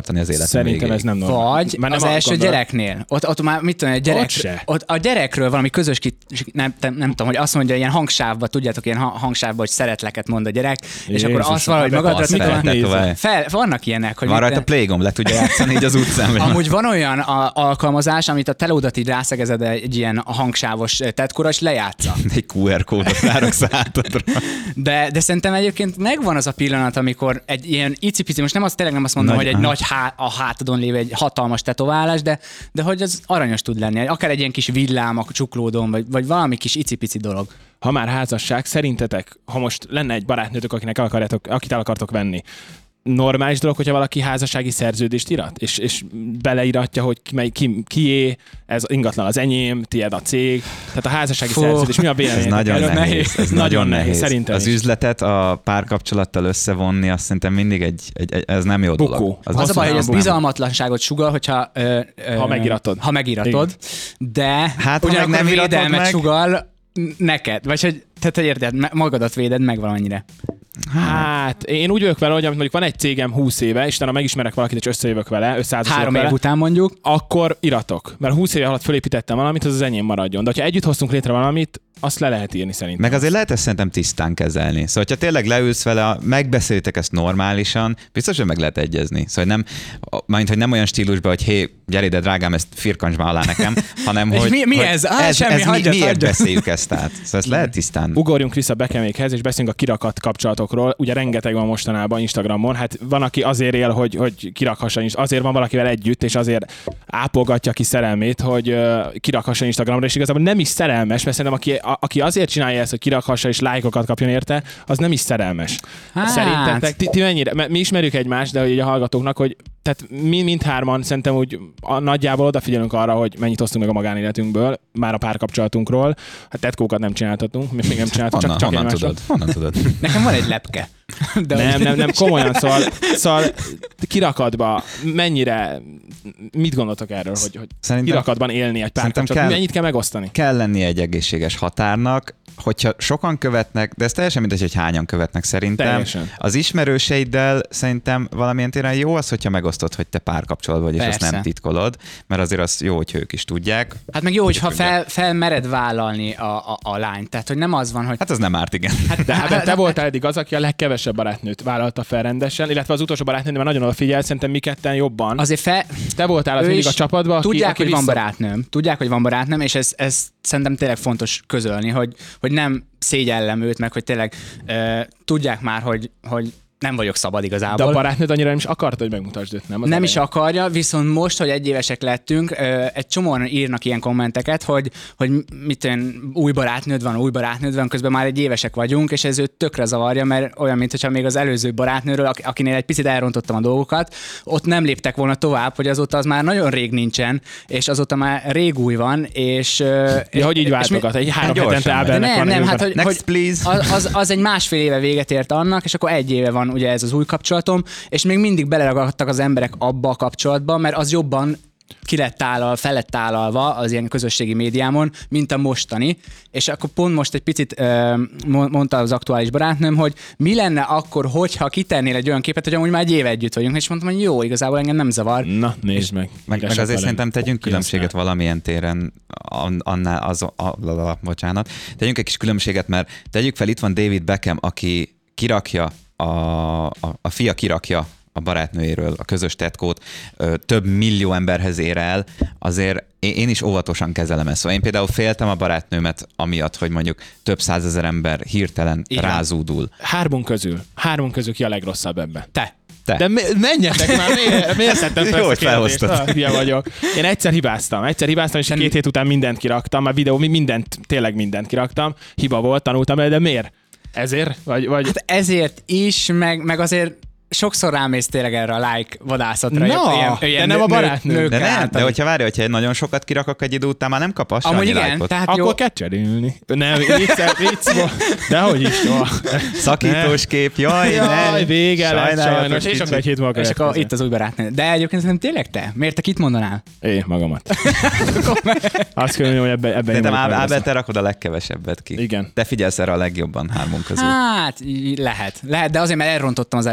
C: tartani az életem
H: Szerintem
C: végéig.
H: ez nem normális.
G: Vagy
H: Már nem
G: az első
H: gondolom.
G: gyereknél. Ott, ott már mit tudom, a, gyerek,
H: Ott se.
G: ott a gyerekről valami közös, ki, nem, nem, nem tudom, hogy azt mondja ilyen hangsávba, tudjátok, ilyen ha- hangsávba, hogy szeretleket mond a gyerek, és
H: Jézus,
G: akkor azt valahogy
H: hát
G: magadra
C: azt
G: mit
C: szeretett
G: van-
C: tovább.
G: fel, vannak ilyenek, hogy
C: Van
G: mit-
C: rajta Playgom, le tudja játszani így az utcán.
G: Amúgy van olyan a, alkalmazás, amit a telódat így rászegezed egy ilyen hangsávos tetkóra, és lejátsza.
C: Egy kú er kódot ráraksz hátadra.
G: De, de szerintem egyébként megvan az a pillanat, amikor egy ilyen icipici, most nem azt, tényleg nem azt mondom,
C: Nagy-
G: hogy egy
C: aha.
G: nagy há, a hátadon lévő egy hatalmas tetoválás, de, de hogy az aranyos tud lenni. Akár egy ilyen kis villám a csuklódon, vagy, vagy valami kis icipici dolog.
H: Ha már házasság, szerintetek, ha most lenne egy barátnőtök, akinek el akarjátok, akit el akartok venni, normális dolog, hogyha valaki házassági szerződést irat, és, és beleíratja, hogy ki, mely, ki, kié, ez ingatlan az enyém, tiéd a cég. Tehát a házassági
G: Fú,
H: szerződés, mi a
C: Ez
H: véleményetek?
C: nagyon
H: erről?
C: nehéz. Ez nagyon nehéz.
H: Szerintem
C: Az
H: is.
C: üzletet a párkapcsolattal összevonni, azt szerintem mindig egy, egy, egy ez nem jó dolog.
H: Bukó.
G: Az, az a baj, hogy ez bizalmatlanságot sugal, hogyha... Ö, ö,
H: Ha megiratod.
G: Ha megiratod, de
C: Hát, ha
G: ugyanakkor
C: meg nem iratod
G: védelmet
C: meg-
G: sugal neked. Vagy hogy, tehát hogy érted, me- magadat véded meg valamennyire.
H: Hát, én úgy vagyok vele, hogy mondjuk van egy cégem húsz éve, és utána megismerek valakit, és összejövök vele, összeházasodok
G: Három
H: vele,
G: év után mondjuk.
H: akkor iratok. Mert húsz éve alatt fölépítettem valamit, az az enyém maradjon. De ha együtt hoztunk létre valamit, azt le lehet írni szerintem.
C: Meg azért lehet ezt szerintem tisztán kezelni. Szóval, ha tényleg leülsz vele, megbeszélitek ezt normálisan, biztos, hogy meg lehet egyezni. Szóval nem, majd, hogy nem olyan stílusban, hogy hé, gyere ide, drágám, ezt firkantsd már alá nekem, hanem
G: És
C: hogy,
G: mi- mi
C: hogy
G: ez? Á,
C: ez,
G: semmi,
C: ez mi,
G: hagyjad,
C: miért
G: hagyjad.
C: beszéljük ezt át? Szóval ezt lehet tisztán.
H: Ugorjunk vissza Bekemékhez, és beszélünk a kirakat kapcsolatokról. Ugye rengeteg van mostanában Instagramon. Hát van, aki azért él, hogy, hogy kirakhassa, azért van valakivel együtt, és azért ápolgatja ki szerelmét, hogy uh, kirakhassa Instagramra, és igazából nem is szerelmes, mert szerintem aki, a, aki azért csinálja ezt, hogy kirakhassa és lájkokat kapjon érte, az nem is szerelmes.
G: Hát.
H: Szerintetek, ti, ti mennyire? Mert mi ismerjük egymást, de hogy a hallgatóknak, hogy tehát mi mindhárman szerintem úgy a, nagyjából odafigyelünk arra, hogy mennyit osztunk meg a magánéletünkből, már a párkapcsolatunkról. Hát tetkókat nem csináltatunk, mi még nem csináltunk,
C: Honnan,
H: csak, csak
C: honnan
H: egymásra.
C: tudod? Honnan tudod?
G: Nekem van egy lepke. De
H: Nem, nem, nem, komolyan, szóval, szóval kirakatba mennyire, mit gondoltok erről, hogy, hogy
C: Szerintem-
H: kirakatban élni egy párkapcsolat,
C: kell-
H: mennyit kell megosztani?
C: Kell lenni egy egészséges határnak, hogyha sokan követnek, de ez teljesen mindegy, hogy hányan követnek szerintem.
H: Teljesen.
C: Az ismerőseiddel szerintem valamilyen téren jó az, hogyha megosztod, hogy te párkapcsolatban vagy, és azt
G: Persze.
C: nem titkolod, mert azért az jó, hogy ők is tudják.
G: Hát meg jó, hogyha fel, felmered vállalni a, a, a lányt. Tehát, hogy nem az van, hogy...
C: Hát az nem árt, igen.
H: De hát te voltál eddig az, aki a legkevesebb barátnőt vállalta fel rendesen, illetve az utolsó barátnő, de már nagyon odafigyelt, szerintem mi ketten jobban.
G: Azért fel,
H: Te voltál az
G: ő
H: mindig
G: is
H: a csapatban, aki,
G: tudják,
H: aki
G: hogy van
H: vissza-
G: barátnőm. Tudják, hogy van barátnőm, és ez, ez szerintem tényleg fontos közölni, hogy, hogy nem szégyellem őt, meg hogy tényleg uh, tudják már, hogy, hogy nem vagyok szabad igazából.
H: De a barátnőd annyira nem is akarta, hogy megmutasd őt, nem? Az
G: Nem
H: elején.
G: is akarja, viszont most, hogy egy évesek lettünk, ö, egy csomóan írnak ilyen kommenteket, hogy, hogy mit olyan új barátnőd van, új barátnőd van, közben már egy évesek vagyunk, és ez őt tökre zavarja, mert olyan, mintha még az előző barátnőről, ak- akinél egy picit elrontottam a dolgokat, ott nem léptek volna tovább, hogy azóta az már nagyon rég nincsen, és azóta már rég új van, és... ö, és
H: Ja, hogy így
G: és mi-
H: váltogat, egy három
C: gyorsan
H: hetente
C: megy.
G: de
H: Ábelnek
G: nem,
H: van
G: nem,
H: egy
G: hát hogy,
C: Next,
G: hogy
C: please.
G: az, az, az egy másfél éve véget ért annak, és akkor egy éve van ugye ez az új kapcsolatom, és még mindig beleragadtak az emberek abba a kapcsolatba, mert az jobban ki lett tálal, fel lett tálalva az ilyen közösségi médiámon, mint a mostani, és akkor pont most egy picit ö, mondta az aktuális barátnőm, hogy mi lenne akkor, hogyha kitennél egy olyan képet, hogy amúgy már egy éve együtt vagyunk, és mondtam, hogy jó, igazából engem nem zavar.
H: Na, nézd meg.
C: Meg, meg azért szerintem tegyünk különbséget valamilyen téren, an- annál az, a, a, a, a, bocsánat, tegyünk egy kis különbséget, mert tegyük fel, itt van David Beckham, aki kirakja, a, a, a fia kirakja a barátnőjéről a közös tetkót, ö, több millió emberhez ér el, azért én, én is óvatosan kezelem ezt. Szóval én például féltem a barátnőmet amiatt, hogy mondjuk több százezer ember hirtelen
G: Igen.
C: rázúdul.
H: Hármunk közül, hármunk közül ki a legrosszabb ebbe?
G: Te.
C: Te.
H: De mi- menjetek már, miért, miért szedtem fel
C: Jó,
H: ezt a
C: hogy
H: kérdést?
C: felhoztad.
H: Ah, hülye vagyok. Én egyszer hibáztam, egyszer hibáztam, és két hét után mindent kiraktam, már videó, mi- mindent, tényleg mindent kiraktam. Hiba volt, tanultam el, de miért? Ezért? Vagy, vagy...
G: Hát ezért is, meg, meg azért sokszor rámész tényleg erre a like vadászatra.
H: Na, de nem a barátnő.
C: De nem,
G: által.
C: de hogyha várja, hogyha nagyon sokat kirakok egy idő után, már nem kap azt
G: Amúgy
C: annyi
G: igen,
C: lájkot.
G: tehát
H: Akkor
G: jó.
H: kell cserélni. Nem, vicc, vicc volt. Dehogy is, jó.
C: Szakítós kép, jaj,
H: Jaj,
C: ne.
H: vége lett
C: Sajnálatos
H: sajnos, és
C: kicsit.
H: akkor egy hét múlva
G: És akkor
H: következő.
G: itt az új barátnő. De egyébként szerintem tényleg te? Miért te kit mondanál?
H: Én magamat. Azt kell mondani, hogy ebben, ebben
C: De
H: én
C: te
H: vagyok
C: Ábel,
H: meg
C: te
H: leszek.
C: rakod a legkevesebbet ki.
H: Igen.
C: Te figyelsz erre a legjobban hármunk közül.
G: Hát, í- lehet. Lehet, de azért, mert elrontottam az előzőt, és nem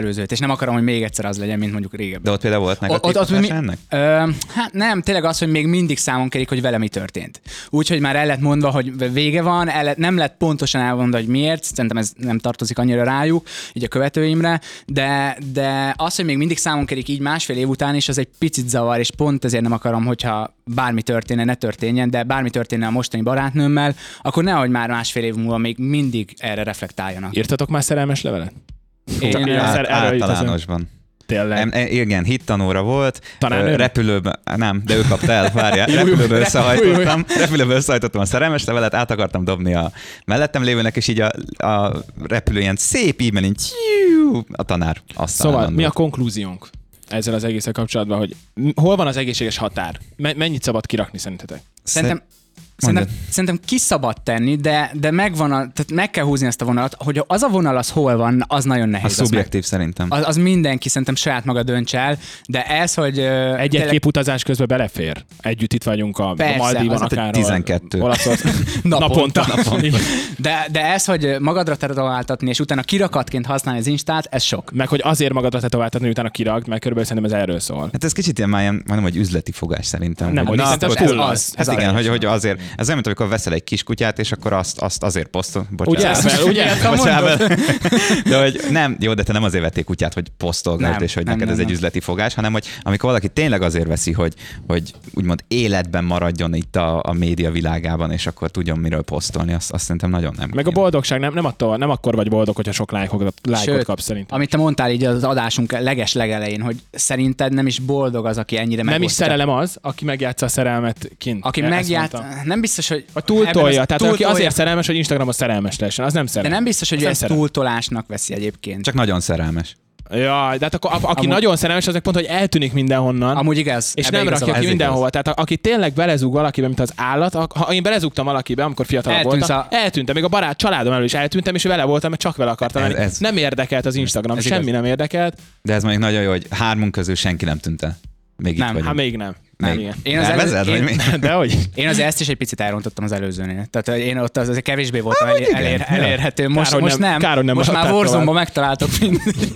G: akarom, hogy még egyszer az legyen, mint mondjuk régebben.
C: De ott például volt negatív
G: Ott- ott mi-
C: hatása ennek?
G: Ö, hát nem, tényleg az, hogy még mindig számon kerik, hogy vele mi történt. Úgyhogy már el lett mondva, hogy vége van, el lett, nem lett pontosan elmondva, hogy miért, szerintem ez nem tartozik annyira rájuk, így a követőimre, de, de az, hogy még mindig számon kerik így másfél év után is, az egy picit zavar, és pont ezért nem akarom, hogyha bármi történne, ne történjen, de bármi történne a mostani barátnőmmel, akkor nehogy már másfél év múlva még mindig erre reflektáljanak.
H: Írtatok már szerelmes levelet?
G: Én,
H: Csak
G: én,
H: ilyen
C: Át,
H: Szer- erről jut az-
C: általánosban.
H: Tényleg.
C: Em, e, igen, hittanóra volt,
H: Tanárnőnek?
C: ö, repülőben, nem, de ő kapta el, várjál, repülőben összehajtottam, repülőben összehajtottam a szerelmes levelet, át akartam dobni a mellettem lévőnek, és így a, a repülő ilyen szép íben, így tyú, a tanár asztalán.
H: Szóval mi a
C: volt.
H: konklúziónk ezzel az egészen kapcsolatban, hogy m- hol van az egészséges határ? Me- mennyit szabad kirakni szerintetek?
G: Szerintem,
C: Mondjad.
G: szerintem, szerintem ki szabad tenni, de, de megvan a, tehát meg kell húzni ezt a vonalat, hogy az a vonal az hol van, az nagyon
C: A
G: nehéz. azt meg-
C: szubjektív szerintem.
G: Az, az mindenki szerintem saját maga dönts el, de ez, hogy... ö,
H: Egy-egy
G: tényleg-
H: kép utazás közben belefér. Együtt itt vagyunk a, a
G: Persze,
H: Maldívon
G: az
C: egy
H: akár.
C: tizenkettő.
H: Olaszország.
G: Naponta.
H: Naponta.
G: Igen. De, de ez, hogy magadra tetováltatni, és utána kirakatként használni az Instát, ez sok.
H: Meg hogy azért magadra tetováltatni, utána kiragd, mert körülbelül szerintem ez erről szól.
C: Hát ez kicsit ilyen már ilyen, mondom, hogy üzleti fogás szerintem.
H: Nem, hogy
C: na,
H: szerintem
C: akkor-
H: ez túl
G: az.
H: az.
C: Hát
G: Ez
C: igen,
G: aranyos.
C: hogy, hogy azért, ez olyan, mint amikor veszel egy kiskutyát, és akkor azt, azt azért posztol.
H: Ugye?
C: Bocsánat.
H: Mert ugye?
C: Bocsánat. De hogy nem, jó, de te nem azért vettél kutyát, hogy posztolgasd,
G: Nem,
C: és hogy
G: nem,
C: neked
G: nem,
C: ez egy
G: nem.
C: üzleti fogás, hanem hogy amikor valaki tényleg azért veszi, hogy, hogy úgymond életben maradjon itt a, a média világában, és akkor tudjon miről posztolni, azt, azt szerintem nagyon nem.
H: Meg a boldogság nem, nem, attól, nem akkor vagy boldog, hogyha sok lájkot, lájkot
G: Sőt,
H: kapsz szerintem.
G: Amit te mondtál így az adásunk leges legelején, hogy szerinted nem is boldog az, aki ennyire
H: Nem is
G: megosztja.
H: szerelem az, aki megjátsza a szerelmet kint.
G: Aki
H: Ezt
G: megját,
H: mondtam.
G: nem biztos, hogy...
H: A túltolja,
G: ebben az-
H: tehát aki
G: túltolja.
H: azért szerelmes, hogy Instagramon szerelmes lehessen, az nem
G: De
H: szerelem.
G: nem biztos, hogy
H: Az
G: ő
H: nem
G: ezt
H: szerelem.
G: túltolásnak veszi egyébként.
C: Csak nagyon szerelmes.
H: Ja, de hát akkor, a, aki
G: Amúgy-
H: nagyon szerelmes, az meg pont, hogy eltűnik mindenhonnan.
G: Amúgy igaz.
H: És
G: ebben
H: nem
G: igaza
H: rakja
G: van.
H: ki
C: Ez
H: mindenhova. Tehát a, aki tényleg belezúg valakibe, mint az állat, a- ha én belezúgtam valakibe, amikor fiatalabb
G: Eltűnsz
H: voltam,
G: a-
H: eltűntem, még a barát családom elől is eltűntem, és vele voltam, mert csak vele akartam
C: Ez-
H: lenni.
C: ez-
H: Nem érdekelt az Instagram,
G: ez
H: semmi
G: igaz.
H: nem érdekelt.
C: De ez mondjuk nagyon jó, hogy hármunk közül senki nem tűnt el. Még
G: Nem,
C: itt vagyunk.
H: Hát még nem.
C: Nem.
H: Igen.
G: Én az,
C: Elvezed,
G: elő,
C: vagy
G: én,
C: mi?
H: De hogy?
G: én az ezt is egy picit elrontottam az előzőnél. Tehát én ott az, azért kevésbé voltam
C: Ah,
G: elér,
C: igen.
G: elér,
C: Ja.
G: elérhető. Most,
H: Kár, hogy
G: most
H: nem-
G: nem.
H: kár, hogy nem
G: most már
H: maradtál
G: Warzone-ba
H: tovább.
G: megtaláltok mindent.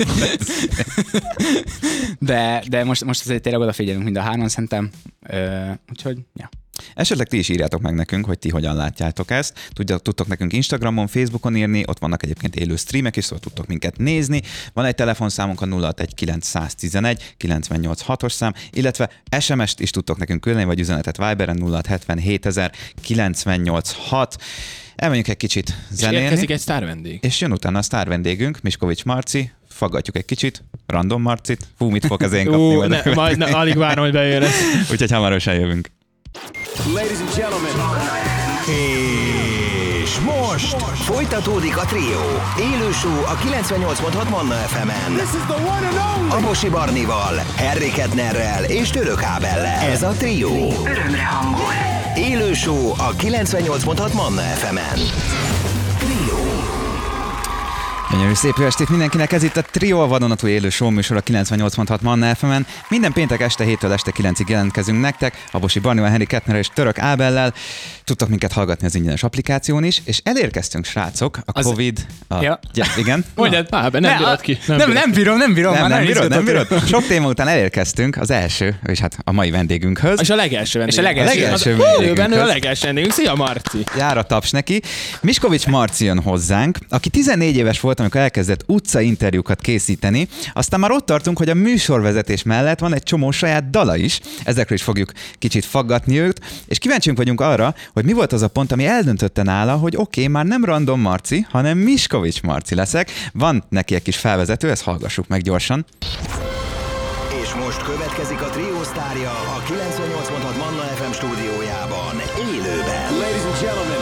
G: de, de most, most azért tényleg odafigyelünk mind a hárman szerintem. Ö, úgyhogy, ja.
C: Esetleg ti is írjátok meg nekünk, hogy ti hogyan látjátok ezt. Tudja, tudtok nekünk Instagramon, Facebookon írni, ott vannak egyébként élő streamek is, szóval tudtok minket nézni. Van egy telefonszámunk a nulla hat egy kilenc egy egy kilenc nyolc hatos szám, illetve es em es-t is tudtok nekünk küldeni, vagy üzenetet Viberen nulla hat hetvenhét ezer kilencszáznyolcvanhat. Elmenjünk egy kicsit
H: És
C: zenélni.
H: érkezik egy sztár vendég.
C: És jön utána a sztár vendégünk, Miskovics Marci, faggatjuk egy kicsit, random Marcit, fú, mit fog az én kapni.
H: Ú,
C: majd a
H: ne, majd ne, alig várom, hogy bejön ez.
C: Úgyhogy hamarosan jövünk.
D: Ladies and gentlemen.
E: És most folytatódik a Trió. Élő show a kilencvennyolc pont hat Manna ef emen.
D: This is the one and only.
E: Aposi Barnival, Harry Kettnerrel és Török Ábellel. Ez a Trió.
I: Örömre hangol.
E: Élő show a kilencvennyolc pont hat Manna ef emen.
C: Gyönyörű szép jó estét mindenkinek, ez itt a Trio, a vadonatúj élő show műsor a kilencvennyolc pont hat Manna ef emen. Minden péntek este héttől este kilencig jelentkezünk nektek, Aposi Barnival, Henry Kettnerrel és Török Ábellel. Tudtok minket hallgatni az ingyenes applikáción is, és elérkeztünk, srácok, a
G: Az-
C: Covid... A...
G: Ja.
C: Ja, igen?
H: Mondjad, á, nem
G: Ne,
H: bírod ki.
G: Nem,
H: bírod
G: nem,
H: ki.
G: bírom, nem bírom.
C: Nem,
G: már
C: nem bírod, nem
G: izgatott.
C: bírod. Sok téma után elérkeztünk az első, és hát a mai vendégünkhöz.
H: És a legelső vendég.
G: És a legelső.
C: A legelső
H: Az-
C: vendégünkhöz.
H: Élőben ő a legelső vendégünk. Szia, Marci!
C: Jár a taps neki. Miskovics Marci jön hozzánk, aki tizennégy éves volt, amikor elkezdett utcainterjúkat készíteni, aztán már ott tartunk, hogy a műsorvezetés mellett van egy csomó saját dala is, ezekről is fogjuk kicsit faggatni őt, és kíváncsiunk vagyunk arra, hogy mi volt az a pont, ami eldöntötte nála, hogy oké, okay, már nem random Marci, hanem Miskovics Marci leszek. Van neki egy kis felvezető, ezt hallgassuk meg gyorsan.
E: És most következik a Trió sztárja a kilencvennyolc pont hat Manna ef em stúdiójában, élőben.
D: Ladies and gentlemen.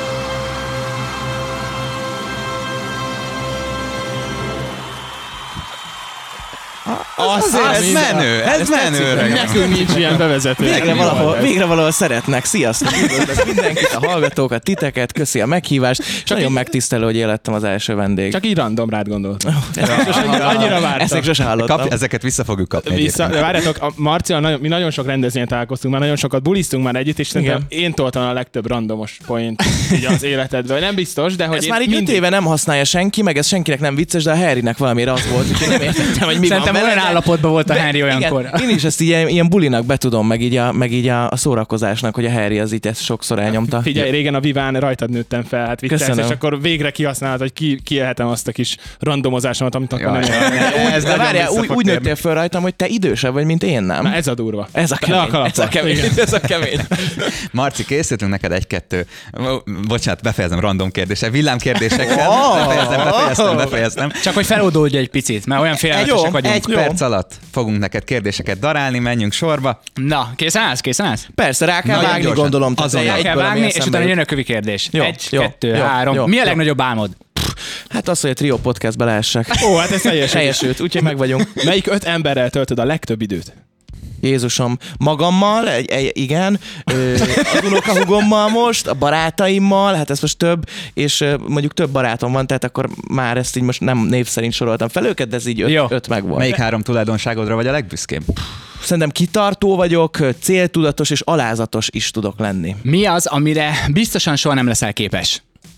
C: Az, ez menő, ez menő.
H: Nekünk nincs ilyen bevezető.
J: Végre valahol, végre valahol szeretnek. Sziasztok! Üdvözlök mindenkit, a hallgatókat, titeket, köszi a meghívást. És nagyon megtisztelő, hogy én lettem az első vendég.
H: Csak így random rád gondoltam. Annyira, annyira vártam.
J: Ezt még sose hallottam.
C: Kap, ezeket vissza fogjuk kapni.
H: Vissza, de várjátok, a Marcival nagyon, mi nagyon sok rendezvényen találkoztunk, már nagyon sokat bulisztunk már együtt, és szerintem én toltam a legtöbb randomos point így az életedben. Nem biztos, de hogy
J: Ezt
H: én
J: már így
H: mindig...
J: öt éve nem használja senki, meg ez senkinek nem vicces, de a Harrynek valamiért az volt, úgyhogy nem értettem, hogy mi
G: Szerintem
J: van
G: Olyan állapotban volt a Henry olyankor.
J: Igen, én is ezt ilyen, ilyen bulinak betudom, meg így, a, meg így a, a szórakozásnak, hogy a Harry az itt ezt sokszor elnyomta.
H: Figyelj, régen a Viván rajtad nőttem fel, hát viccelsz, és akkor végre kihasználod, hogy ki, kielhetem azt a kis randomozásomat, amit akkor nem
J: ez de várjál, úgy, úgy nőttél föl rajtam, hogy te idősebb vagy, mint én, nem?
H: Na, ez a durva.
J: Ez a kemény. Ez a kemény. Ez a kemény.
C: Marci, készítünk neked egy-kettő, bocsánat, befejezem random kérdéssel, villámkérdésekkel, oh, befejeztem, befejeztem, befejeztem.
G: Csak hogy feloldódj egy picit, mert olyan félelmetesek vagyunk.
C: Egy
J: jó.
C: perc alatt fogunk neked kérdéseket darálni, menjünk sorba.
G: Na, készen állsz, készen állsz?
J: Persze, rá kell
C: Nagyon
J: vágni,
C: gyorsan.
J: gondolom.
C: Azonnal.
G: Rá kell vágni, és utána jön a kövi kérdés.
J: Jó,
G: Egy,
J: jó,
G: kettő,
J: jó,
G: három.
J: jó,
G: Mi a
J: jó.
G: legnagyobb álmod?
J: Hát az, hogy a Trio Podcastbe lehessek.
H: Ó, hát ez teljes.
J: Teljesült, úgyhogy meg vagyunk.
H: Melyik öt emberrel töltöd a legtöbb időt?
J: Jézusom, magammal, egy, egy, igen, ö, az unokahugommal most, a barátaimmal, hát ez most több, és ö, mondjuk több barátom van, tehát akkor már ezt így most nem név szerint soroltam fel őket, de ez így öt, öt meg volt.
C: Melyik három tulajdonságodra vagy a legbüszkébb?
J: Szerintem kitartó vagyok, céltudatos és alázatos is tudok lenni.
G: Mi az, amire biztosan soha nem leszel képes?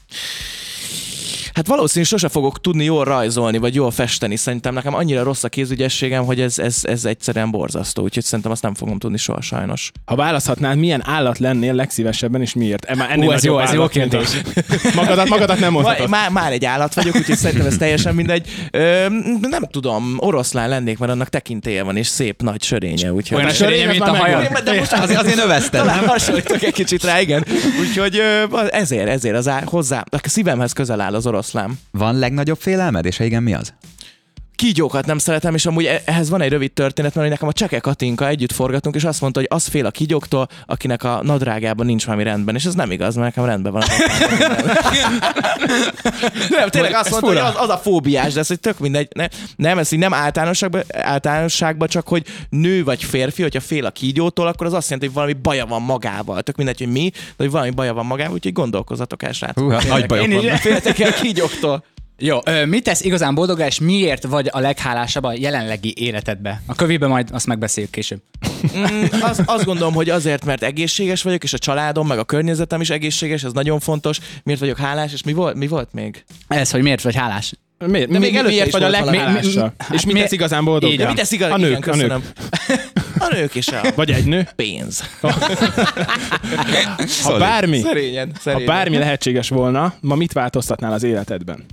J: Hát valószínűleg sose fogok tudni jól rajzolni, vagy jól festeni. Szerintem nekem annyira rossz a kézügyességem, hogy ez, ez, ez egyszerűen borzasztó, úgyhogy szerintem azt nem fogom tudni soha sajnos.
H: Ha választhatnál, milyen állat lennél legszívesebben, és miért? E, ennél
G: Ú, ez jó, ez jó
H: állat,
G: kérdés.
H: mint a- Magadat, magadat nem mondhatod.
J: Már, már egy állat vagyok, úgyhogy szerintem ez teljesen mindegy. Ö, nem tudom, oroszlán lennék, mert annak tekintélye van, és szép nagy sörénye. Úgyhogy...
G: Olyan
H: a
G: sörénye,
H: sörényed
G: mint a
H: már
G: hajad.
H: megvan.
J: De most
C: Az, azért növeszted,
J: talán
C: nem?
J: hasonlítok egy kicsit rá, igen. Úgyhogy ö, ezért, ezért az á, hozzá, a szívemhez közel áll az oroszlán.
C: Van legnagyobb félelmed, és ha igen, mi az?
J: Kígyókat nem szeretem, és amúgy ehhez van egy rövid történet, mert nekem a Cseke Katinka együtt forgatunk, és azt mondta, hogy az fél a kígyóktól, akinek a nadrágában nincs valami rendben, és ez nem igaz, mert nekem rendben van. Nem, tényleg azt mondta, hogy az, az a fóbiás, de ez hogy tök mindegy. Ne, nem, ez így nem általánosságban, általánosságban, csak, hogy nő vagy férfi, hogyha fél a kígyótól, akkor az azt jelenti, hogy valami baja van magával. Tök mindegy, hogy mi, de hogy valami baja van magával, úgyhogy gondolkozzatok el, srácok.
C: Húha, nagy bajok
G: Én is-
C: vannak.
J: Féltek el kígyóktól.
G: Jó, ö, mit tesz igazán boldoggá, és miért vagy a leghálásabb a jelenlegi életedbe? A kövibe majd azt megbeszéljük később.
J: Mm, az, azt gondolom, hogy azért, mert egészséges vagyok, és a családom, meg a környezetem is egészséges, ez nagyon fontos. Miért vagyok hálás, és mi volt, mi volt még?
G: Ez, hogy miért vagy hálás?
H: Miért,
J: De
H: mi,
J: még előtte
H: miért
J: is
H: vagy a
J: volt valami.
H: leghálásabb? És mit
G: mi-
H: tesz igazán boldog?
G: Így
J: De
G: van.
J: mit tesz igaz?
H: A nők,
J: Igen,
H: a
J: köszönöm. A nők és a
H: Vagy egy nő?
J: pénz.
H: Ha bármi,
J: Szerényen,
H: ha
J: szerényen.
H: bármi lehetséges volna, ma mit változtatnál az életedben?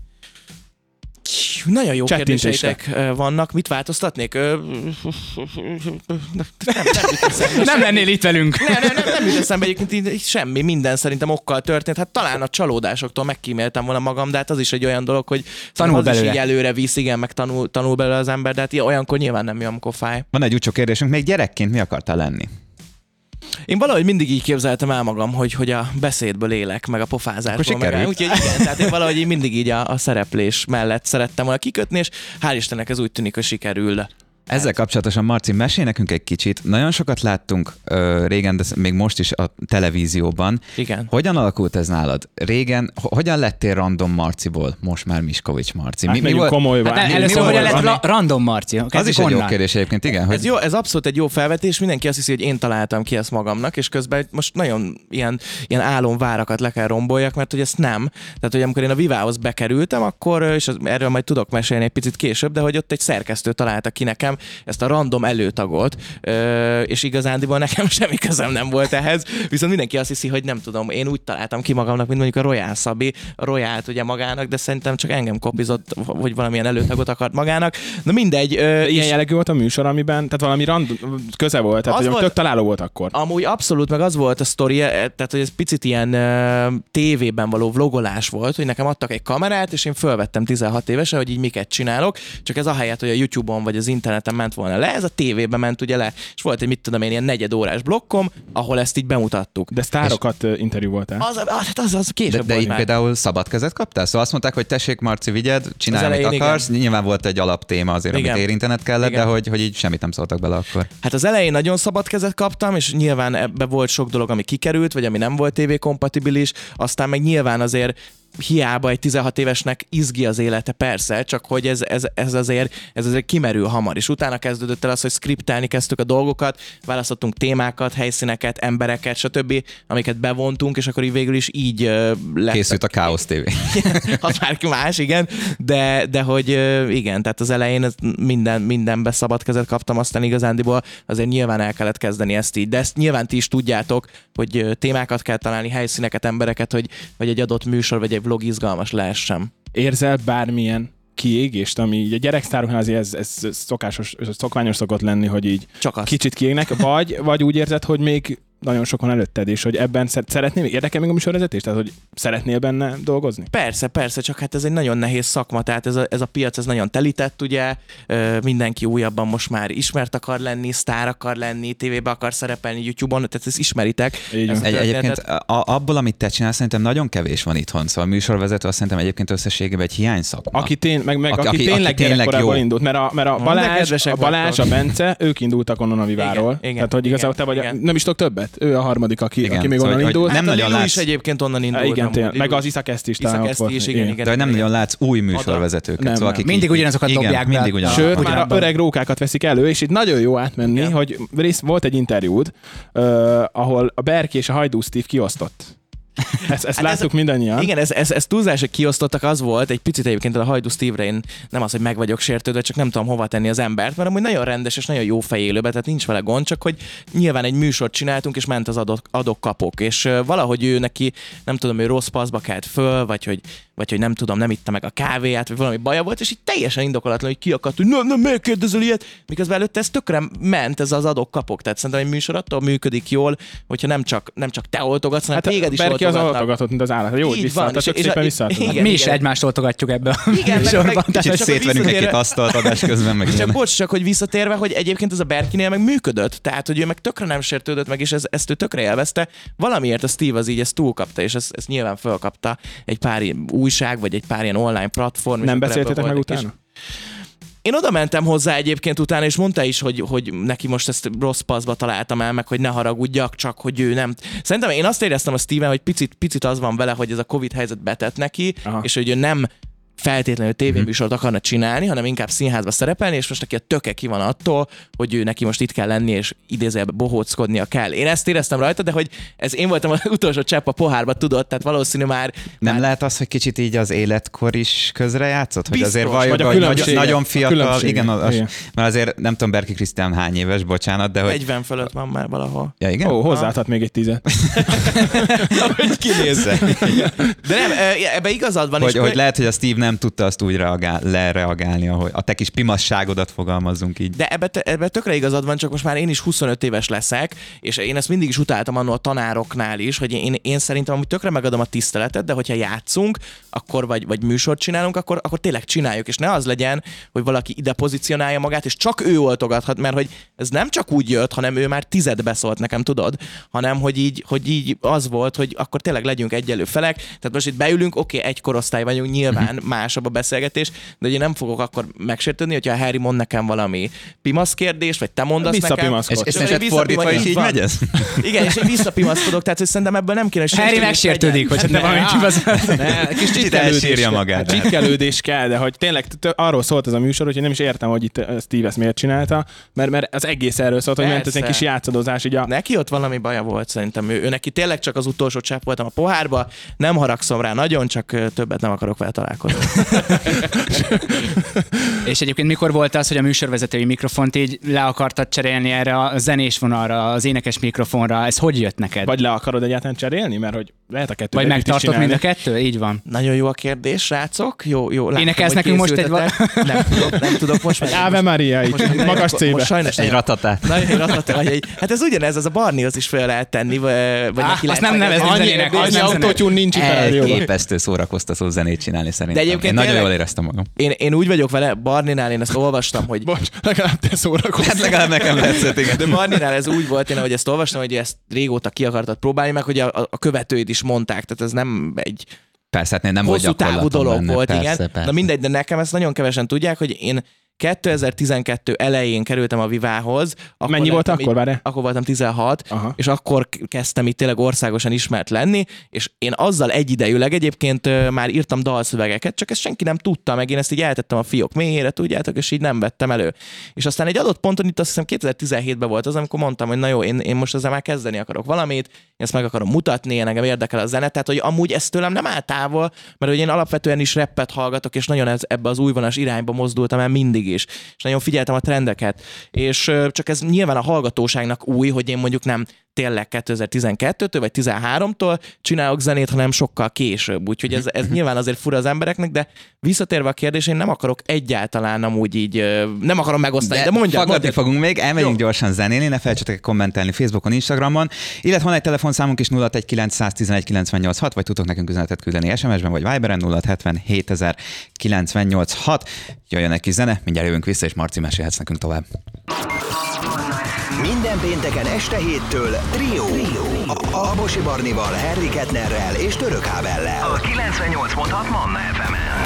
J: Nagyon jó
H: Csettintésre.
J: kérdéseitek ö, vannak. Mit változtatnék? Ö, Nem, nem jut eszembe.
G: Nem lennél itt velünk.
J: Nem, nem, nem, nem jut eszembe egyébként így, így semmi, minden szerintem okkal történt. Hát talán a csalódásoktól megkíméltem volna magam, de hát az is egy olyan dolog, hogy
G: Tanul
J: az is
G: belőle.
J: így előre visz, igen, meg tanul, tanul belőle az ember, de hát ilyen- olyankor nyilván nem jó, amikor fáj.
C: Van egy utcsó kérdésünk, még gyerekként mi akartál lenni?
J: Én valahogy mindig így képzeltem el magam, hogy, hogy a beszédből élek, meg a pofázásból.
C: Akkor
J: Meg,
C: sikerült.
J: úgyhogy igen, tehát én valahogy így mindig így a, a szereplés mellett szerettem volna kikötni, és hál' Istennek ez úgy tűnik, hogy sikerül.
C: Ezzel kapcsolatosan, Marci, mesélj nekünk egy kicsit. Nagyon sokat láttunk ö, régen, de még most is a televízióban.
J: Igen.
C: Hogyan alakult ez nálad? Régen, ho- hogyan lettél random Marciból? Most már Miskovics Marci.
H: Hát menjünk komolyba.
G: Hát
H: Mi-
G: először
H: mi
G: hogyan
H: volt?
G: lett ra- random Marci?
C: Az
G: Kezdjük
C: is egy jó
G: onnan.
C: kérdés egyébként, igen. Hogy
J: Ez, jó, ez abszolút egy jó felvetés, mindenki azt hiszi, hogy én találtam ki ezt magamnak, és közben most nagyon ilyen, ilyen álomvárakat le kell romboljak, mert hogy ezt nem. Tehát, hogy amikor én a Vivához bekerültem, akkor, és az- erről majd tudok mesélni egy picit később, de hogy ott egy szerkesztő találta ki nekem ezt a random előtagot, ö, és igazándiból nekem semmi közöm nem volt ehhez, viszont mindenki azt hiszi, hogy nem tudom, én úgy találtam ki magamnak, mint mondjuk a Royal Szabi, a Royalt ugye magának, de szerintem csak engem kopizott, hogy valamilyen előtagot akart magának. Na mindegy. Ö,
H: Ilyen
J: és-
H: jellegű volt a műsor, amiben, tehát valami random, köze volt, tehát
J: Az
H: hogy
J: volt-
H: tök találó volt akkor.
J: Amúgy abszolút, meg az volt a sztori, tehát hogy ez picit ilyen uh, tévében való vlogolás volt, hogy nekem adtak egy kamerát, és én fölvettem tizenhat évesen, hogy így miket csinálok, csak ez ahelyett, hogy a YouTube-on vagy az interneten ment volna le, ez a tévében ment ugye le, és volt egy mit tudom én, ilyen negyed órás blokkom, ahol ezt így bemutattuk.
H: De sztárokat és... interjú voltál.
J: Az, az, az, az később
C: de, de
J: volt
C: így
J: már.
C: például szabad kezet kaptál? Szóval azt mondták, hogy tessék, Marci, vigyed, csinálj,
J: Az
C: amit
J: elején
C: akarsz.
J: igen.
C: Nyilván volt egy alaptéma azért,
J: Igen.
C: amit érintened kellett,
J: Igen.
C: de hogy, hogy így semmit nem szóltak bele akkor.
J: Hát az elején nagyon szabad kezet kaptam, és nyilván ebbe volt sok dolog, ami kikerült, vagy ami nem volt tévékompatibilis, aztán meg nyilván azért hiába egy tizenhat évesnek izgi az élete, persze, csak hogy ez, ez, ez, azért, ez azért kimerül hamar, és utána kezdődött el az, hogy skriptelni kezdtük a dolgokat, választottunk témákat, helyszíneket, embereket, stb., amiket bevontunk, és akkor így végül is így uh, lett.
C: Készült a Káosz té vé.
J: Az már más, igen, de, de hogy uh, igen, tehát az elején ez minden, mindenbe szabad kezet kaptam, aztán igazándiból azért nyilván el kellett kezdeni ezt így, de ezt nyilván ti is tudjátok, hogy uh, témákat kell találni, helyszíneket, embereket, hogy, hogy egy adott műsor vagy egy vlog izgalmas lehessen.
H: Érzel bármilyen kiégést, ami így a gyereksztároknál azért ez, ez szokásos, szokványos szokott lenni, hogy így
J: Csak azt.
H: kicsit kiégnek, vagy, vagy úgy érzed, hogy még nagyon sokan előtted, és hogy ebben szeretnél, érdekel még a műsorvezetés? Tehát, hogy szeretnél benne dolgozni?
J: Persze, persze, csak hát ez egy nagyon nehéz szakma, tehát ez a, ez a piac ez nagyon telített, ugye, mindenki újabban most már ismert akar lenni, sztár akar lenni, tévébe akar szerepelni, YouTube-on, tehát ezt ismeritek.
C: Egy, egyébként a, abból, amit te csinálsz, szerintem nagyon kevés van itthon, szóval a műsorvezető azt szerintem egyébként összességében egy hiányszakma.
H: Aki, tén, meg, meg, aki, aki tényleg,
C: aki tényleg
H: gyerekkorában indult, mert a, mert a Balázs, a, Balázs a Bence, ők indultak onnan a Viváról. Igen, tehát, hogy igazából te vagy, a, nem is tudok többet. Ő a harmadik, aki,
C: igen,
H: aki még
C: szóval,
H: onnan indult.
C: Nem
J: hát
C: nagyon látsz.
J: is egyébként onnan indult.
H: Igen, tényleg. Meg az Iszak Eszti is talán ott volt.
J: Is, igen, igen,
C: de nem nagyon látsz új műsorvezetőket.
H: Nem,
C: szóval,
H: nem.
C: akik
B: mindig ugyanazokat
C: igen,
B: dobják be.
C: Mindig ugyanaz.
H: Sőt, már a öreg rókákat veszik elő, és itt nagyon jó átmenni, igen. hogy rész, volt egy interjúd, uh, ahol a Berki és a Hajdú Steve kiosztott. Ezt, ezt hát láttuk ez, mindannyian.
J: Igen, ez, ez, ez túlzás, hogy kiosztottak, az volt, egy picit egyébként a Hajdú Steve-re én nem az, hogy meg vagyok sértődve, csak nem tudom hova tenni az embert, mert amúgy nagyon rendes és nagyon jó fejélőbe, tehát nincs vele gond, csak hogy nyilván egy műsort csináltunk, és ment az adok, adok-kapok, és uh, valahogy ő neki, nem tudom, hogy rossz paszba kelt föl, vagy hogy, vagy hogy nem tudom, nem itta meg a kávéját, vagy valami baja volt, és így teljesen indokolatlan, hogy kiakadt, hogy nem, nem, miért kérdezel ilyet, miközben előtte ez tökre ment, ez az adok-kapok, tehát szerintem egy műsor attól működik jól, hogyha nem csak, nem csak te oltogatsz, hanem
H: hát
J: téged is
H: Berki az oltogatott, mint az állat. Jó, hogy visszaadtak, tök szépen visszaadtak.
B: Mi is egymást oltogatjuk ebbe a
J: igen,
B: sorban.
C: Kicsit szétverünk egy-két asztalt adás közben. Meg
J: csak bocs, csak hogy visszatérve, hogy egyébként ez a Berkinél meg működött, tehát hogy ő meg tökre nem sértődött meg, és ez, ezt ő tökre élvezte. Valamiért a Steve az így ezt túlkapta, és ezt, ezt nyilván fölkapta egy pár újság, vagy egy pár ilyen online platform.
H: Nem beszéltetek meg utána?
J: És én oda mentem hozzá egyébként utána, és mondta is, hogy, hogy neki most ezt rossz paszba találtam el, meg hogy ne haragudjak, csak hogy ő nem. Szerintem én azt éreztem a Steven, hogy picit, picit az van vele, hogy ez a Covid helyzet betett neki, aha. és hogy ő nem feltétlenül tévéműsort akarna csinálni, hanem inkább színházba szerepelni, és most neki a töke ki van attól, hogy ő neki most itt kell lenni, és idézőjelben bohóckodnia kell. Én ezt éreztem rajta, de hogy ez én voltam az utolsó csepp a pohárba, tudod, tehát valószínű már...
C: Nem
J: már...
C: lehet az, hogy kicsit így az életkor is közrejátszott? Hogy
J: biztos,
C: azért valljuk,
H: hogy
C: nagyon, nagyon fiatal, igen, az,
H: igen,
C: mert azért nem tudom, Berki Krisztián hány éves, bocsánat, de hogy...
J: negyven fölött van már valahol.
C: Ja, igen?
H: Ó, hozzáadhat még egy tizet.
C: Hogy kinézze.
J: De nem, ebbe igazad van.
C: Hogy,
J: és
C: hogy lehet, hogy a Steve nem tudta azt úgy reagál, lereagálni, ahogy a te kis pimasságodat fogalmazzunk így.
J: De ebbe, ebbe tökre igazad van, csak most már én is huszonöt éves leszek, és én ezt mindig is utáltam annól a tanároknál is, hogy én, én szerintem amúgy tökre megadom a tiszteletet, de hogyha játszunk, akkor vagy, vagy műsort csinálunk, akkor, akkor tényleg csináljuk, és ne az legyen, hogy valaki ide pozícionálja magát, és csak ő oltogathat, mert hogy ez nem csak úgy jött, hanem ő már tized beszólt nekem, tudod, hanem hogy így, hogy így az volt, hogy akkor tényleg legyünk egyenlő felek, tehát most itt beülünk, oké, okay, egy korosztály vagyunk, nyilván másabb a beszélgetés, de ugye nem fogok akkor megsértődni, hogyha a Harry mond nekem valami pimasz kérdés, vagy te mondasz nekem.
C: És, és neked fordítva is így megy ez?
J: Igen, és én visszapimaszkodok, tehát hogy szerintem ebből nem kéne
B: sértődni. Harry megsértődik, hogyha te valami pimasz.
H: Kis
C: csitkelődés magát.
H: Csitkelődés kell, de hogy tényleg arról szólt ez a műsor, hogy nem is értem, hogy itt Steve ezt miért csinálta, mert, mert az egész erről szólt, hogy ment ez egy kis játszadozás. Így a...
J: Neki ott valami baja volt szerintem. Ő, ő neki tényleg csak az utolsó csepp voltam a pohárba, nem haragszom rá nagyon, csak többet nem akarok vele találkozni.
B: És egyébként mikor volt az, hogy a műsorvezetői mikrofont így le akartad cserélni erre a zenés vonalra, az énekes mikrofonra? Ez hogy jött neked?
H: Vagy le akarod egyáltalán cserélni? Mert hogy lehet a kettő.
B: Vagy megtartok mind a kettő? Így van.
J: Nagyon jó a kérdés, srácok. Jó, jó. Látom,
B: énekelsz nekünk most egy val...
J: nem tudok, nem tudok most
H: egy Ave Maria, most, magas cébe.
J: Sajnos
C: egy ratatát.
J: Nagyon egy ratatát. Egy, hát ez ugyanez, az a Barnihoz is fel lehet tenni, vagy ah, neki
B: azt nem nevezni zenének.
H: Annyi autótyún nincs itt.
C: Elképesztő szórakoztató zenét csinálni szerintem. De egyébként én nagyon jól éreztem magam.
J: Én, én úgy vagyok vele, Barninál én ezt olvastam, hogy...
H: Bocs, legalább te szórakoztál.
C: Hát legalább nekem tetszett, igen.
J: De Barninál ez úgy volt, én ahogy ezt olvastam, hogy ezt régóta ki akartad próbálni, meg hogy a, a követőid is mondták, tehát ez nem egy
C: persze, hát nem
J: hosszú
C: volt
J: távú dolog
C: benne,
J: volt,
C: persze,
J: igen.
C: Persze.
J: Na mindegy, de nekem ezt nagyon kevesen tudják, hogy én kétezer-tizenkettő elején kerültem a Vivához. Akkor
H: Mennyi volt akkor, várj?
J: Akkor voltam tizenhat, Aha. és akkor kezdtem itt tényleg országosan ismert lenni, és én azzal egyidejűleg egyébként már írtam dalszövegeket, csak ezt senki nem tudta, meg én ezt így eltettem a fiók mélyére, tudjátok, és így nem vettem elő. És aztán egy adott ponton, itt azt hiszem kétezer-tizenhétben volt az, amikor mondtam, hogy na jó, én, én most ezzel már kezdeni akarok valamit, én ezt meg akarom mutatni, én engem érdekel a zene, tehát hogy amúgy ez tőlem nem áll távol, mert hogy én alapvetően is rappet hallgatok, és nagyon ez, ebbe az újvonas irányba mozdultam el mindig is, és nagyon figyeltem a trendeket, és csak ez nyilván a hallgatóságnak új, hogy én mondjuk nem tényleg kétezer-tizenkettőtől vagy tizenháromtól csinálok zenét, hanem sokkal később. Úgyhogy ez, ez nyilván azért fura az embereknek, de visszatérve a kérdés, én nem akarok egyáltalán amúgy így, nem akarom megosztani, de, de mondjad.
C: Faggatni
J: mondjad.
C: fogunk még, elmegyünk gyorsan zenélni, ne felejtsetek kommentelni Facebookon, Instagramon, illetve van egy telefonszámunk is nulla egy kilenc egy egy kilenc nyolc hat, vagy tudtok nekünk üzenetet küldeni es em es-ben, vagy Viberen nulla hetvenhét kilencszáznyolcvanhat. Jöjjön egy kis zene, mindjárt jövünk vissza, és Marci mesélhetsz nekünk tovább.
E: Minden pénteken este héttől Trio. Aposi Barnival, Henry Kettnerrel és Török Ábellel. A kilencvennyolc pont hat Manna ef em-en.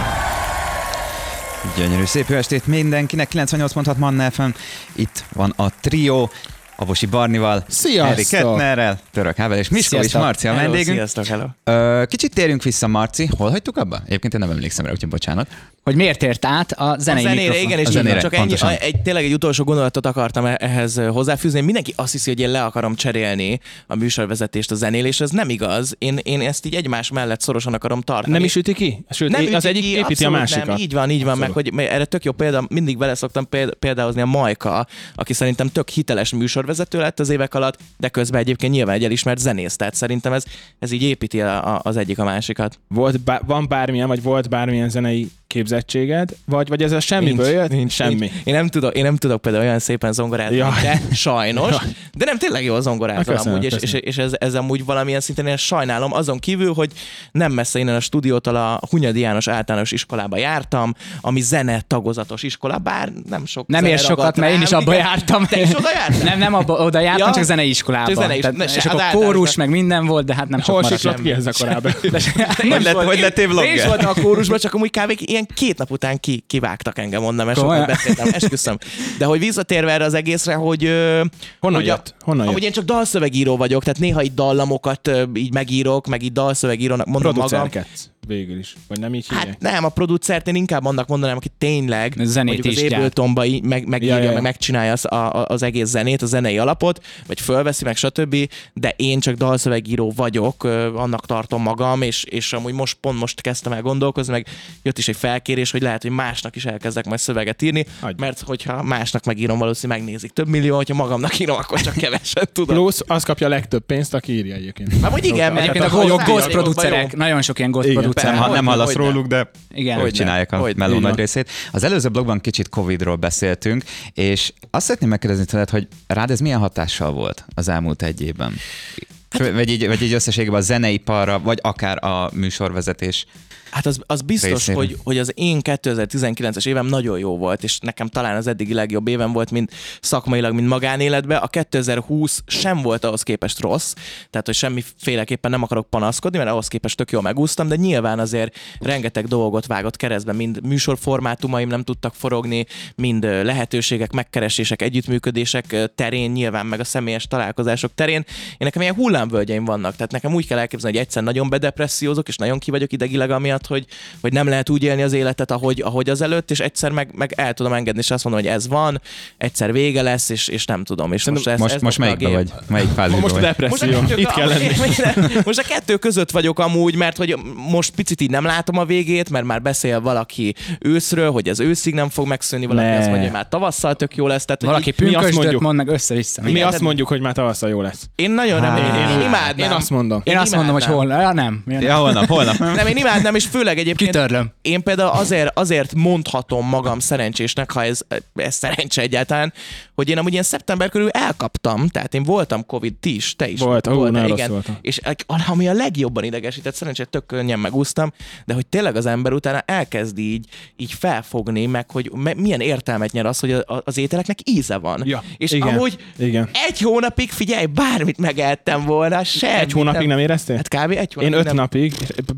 C: Gyönyörű szép jó estét mindenkinek, kilencvennyolc pont hat Manna ef em. Itt van a Trio. Aposi Barnival, Henry Kettnerrel, Török Ábel és Miskó is Marci a
J: hello,
C: vendégünk.
J: Sziasztok, hello.
C: Ö, kicsit térjünk vissza, Marci. Hol hagytuk abba? Egyébként én nem emlékszem rá, úgyhogy bocsánat.
B: Hogy miért ért át a zenei
J: a zenére,
B: mikrofon?
J: igen, és
C: A zenére,
J: csak ennyi,
C: pontosan.
J: egy, tényleg egy utolsó gondolatot akartam ehhez hozzáfűzni. Mindenki azt hiszi, hogy én le akarom cserélni a műsorvezetést a zenélésre, ez nem igaz. Én, én ezt így egymás mellett szorosan akarom tartani.
H: Nem is üti ki? Sőt,
J: nem
H: az
J: üti
H: egyik
J: ki,
H: építi a másikat.
J: Nem. Így van, így van,
H: Abszolút.
J: meg hogy erre tök jó példa, mindig vele szoktam példáhozni a Majka, aki szerintem tök hiteles műsorvezető lett az évek alatt, de közben egyébként nyilván egy elismert zenész, tehát szerintem ez, ez így építi a, a, az egyik a másikat.
H: Volt, bá, van bármilyen, vagy volt bármilyen zenei képzettséged, vagy, vagy ez a semmiből jött?
J: Nincs,
H: Semmi.
J: Nincs. Én, nem tudok, én nem tudok például olyan szépen zongorázni,
H: Jaj.
J: de sajnos,
H: Jaj.
J: de nem tényleg jól zongorázom
H: köszönöm,
J: amúgy, és, és,
H: köszönöm.
J: és ez, ez amúgy valamilyen szinten én sajnálom, azon kívül, hogy nem messze innen a stúdiótól a Hunyadi János általános iskolába jártam, ami zene tagozatos iskola, bár nem sok
B: Nem
J: zene
B: ér sokat,
J: ragadt
B: mert én
J: rám.
B: is abba
J: Igen.
B: jártam.
J: Te is oda jártál?
B: Nem, nem abba, oda jártam,
J: Ja.
B: csak zenei iskolában.
J: Csak zenei
B: Tehát,
J: iskola.
B: és
J: Az
B: akkor
J: általános-
B: kórus, meg minden volt, de hát nem sok
H: Hol
B: maradt.
H: siklott ki ez a korábban?
C: Hogy lett, hogy lettél
J: Én is
C: vlogger?
J: voltam a kórusban, csak amúgy kb. Ilyen két nap után ki, kivágtak engem onnan, mert sokat
B: Komolyan?
J: beszéltem, esküszöm. De hogy visszatérve erre az egészre, hogy... ö,
H: Honnan
J: hogy a-
H: jött? Honnan
J: Amúgy
H: jött?
J: én csak dalszövegíró vagyok, tehát néha így dallamokat ö, így megírok, meg így dalszövegírónak mondom magam.
H: Producerkedsz végül is. Vagy nem így hívják?
J: Hát nem, a producert én inkább annak mondanám, aki tényleg
B: Zenét
J: mondjuk
B: is
J: az
B: gyárt.
J: Abletonba így meg, megírja,
H: Ja, ja, ja.
J: meg megcsinálja az, a, a- az egész zenét, a zenei alapot, vagy fölveszi, meg stb. De én csak dalszövegíró vagyok, ö, annak tartom magam, és, és amúgy most pont most kezdtem el gondolkozni, meg jött is egy felkérés, hogy lehet, hogy másnak is elkezdek majd szöveget írni,
H: Hagyj.
J: mert hogyha másnak megírom, valószínűleg megnézik több millió, hogyha magamnak írom, akkor csak keveset tudom.
H: Plusz az kapja a legtöbb pénzt, aki írja egyébként.
J: Amúgy igen, mert
B: Egyébként a
J: hát
B: ghost,
J: a
B: ghost
J: százalékokban
B: producerek,
J: jó.
B: nagyon sok ilyen ghost
H: Igen,
B: producer.
C: Nem,
J: Hogyne,
C: nem hallasz
J: hogyne.
C: róluk, de
B: Igen.
C: ők csinálják a
J: Hogyne.
C: meló
H: Így
C: nagy
H: van.
C: részét. Az előző blogban kicsit Covidról beszéltünk, és azt szeretném megkérdezni tőled, hogy rád ez milyen hatással volt az elmúlt egy évben?
J: Hát-
C: Vagy így, vagy így összességében a zeneiparra, vagy akár a műsorvezetés.
J: Hát az, az biztos,
C: részére.
J: hogy, hogy az én kétezer-tizenkilences évem nagyon jó volt, és nekem talán az eddigi legjobb évem volt, mint szakmailag, mint magánéletben. A kétezer-húsz sem volt ahhoz képest rossz, tehát hogy semmiféleképpen nem akarok panaszkodni, mert ahhoz képest tök jól megúsztam, de nyilván azért rengeteg dolgot vágott keresztbe, mind műsorformátumaim nem tudtak forogni, mind ö, lehetőségek, megkeresések, együttműködések ö, terén, nyilván meg a személyes találkozások terén. Én nekem ilyen hullámvölgyeim vannak, tehát nekem úgy kell elképzelni, hogy egyszer nagyon bedepressziózok, és nagyon ki vagyok idegileg amiatt, hogy, hogy nem lehet úgy élni az életet, ahogy, ahogy az előtt, és egyszer meg, meg el tudom engedni, és azt mondom, hogy ez van, egyszer vége lesz, és, és nem tudom. És most, ez,
C: Most,
J: ez
C: most
J: a
C: melyikben
J: gép.
C: vagy? Melyik fázisban
H: Most a
C: vagy?
H: depresszió.
J: kettő-
H: Itt kell lenni.
J: Most a kettő között vagyok amúgy, mert hogy most picit így nem látom a végét, mert már beszél valaki őszről, hogy ez őszig nem fog megszűnni, valaki
H: Ne.
J: azt mondja, hogy már tavasszal tök jó lesz. Tehát, hogy
B: Valaki
J: így-
H: mi azt
B: pünkösdöt
H: mondjuk-
B: mond, meg össze-vissza.
H: Mi
J: Igen,
H: azt
J: tehát-
H: mondjuk, hogy már tavasszal jó lesz.
J: én nagyon
C: Há.
J: remélem, én, én
H: Én
J: imádnám.
H: azt mondom.
B: Én azt mondom, hogy
J: imádnám.
B: hol. Ja, nem. Ja,
C: Ja,
B: nem.
C: holnap, holnap.
J: Nem, én imádnám, és főleg egyébként
B: Kitörlöm.
J: én például azért, azért mondhatom magam szerencsésnek, ha ez, ez szerencse egyáltalán, hogy én amúgy ilyen szeptember körül elkaptam, tehát én voltam Covid, ti is, te is.
H: Volt, hú,
J: voltál,
H: nagyon rossz
J: igen.
H: voltam.
J: És ami a legjobban idegesített, szerencsére tök könnyen megúsztam, de hogy tényleg az ember utána elkezd így, így felfogni, meg hogy me- milyen értelmet nyer az, hogy a, a, az ételeknek íze van.
H: Ja,
J: és
H: igen,
J: amúgy
H: igen.
J: egy hónapig, figyelj, bármit megettem volna, semmit
H: Egy hónapig nem éreztél?
J: Hát kb. egy hónapig
H: Én öt
J: nem.
H: napig, és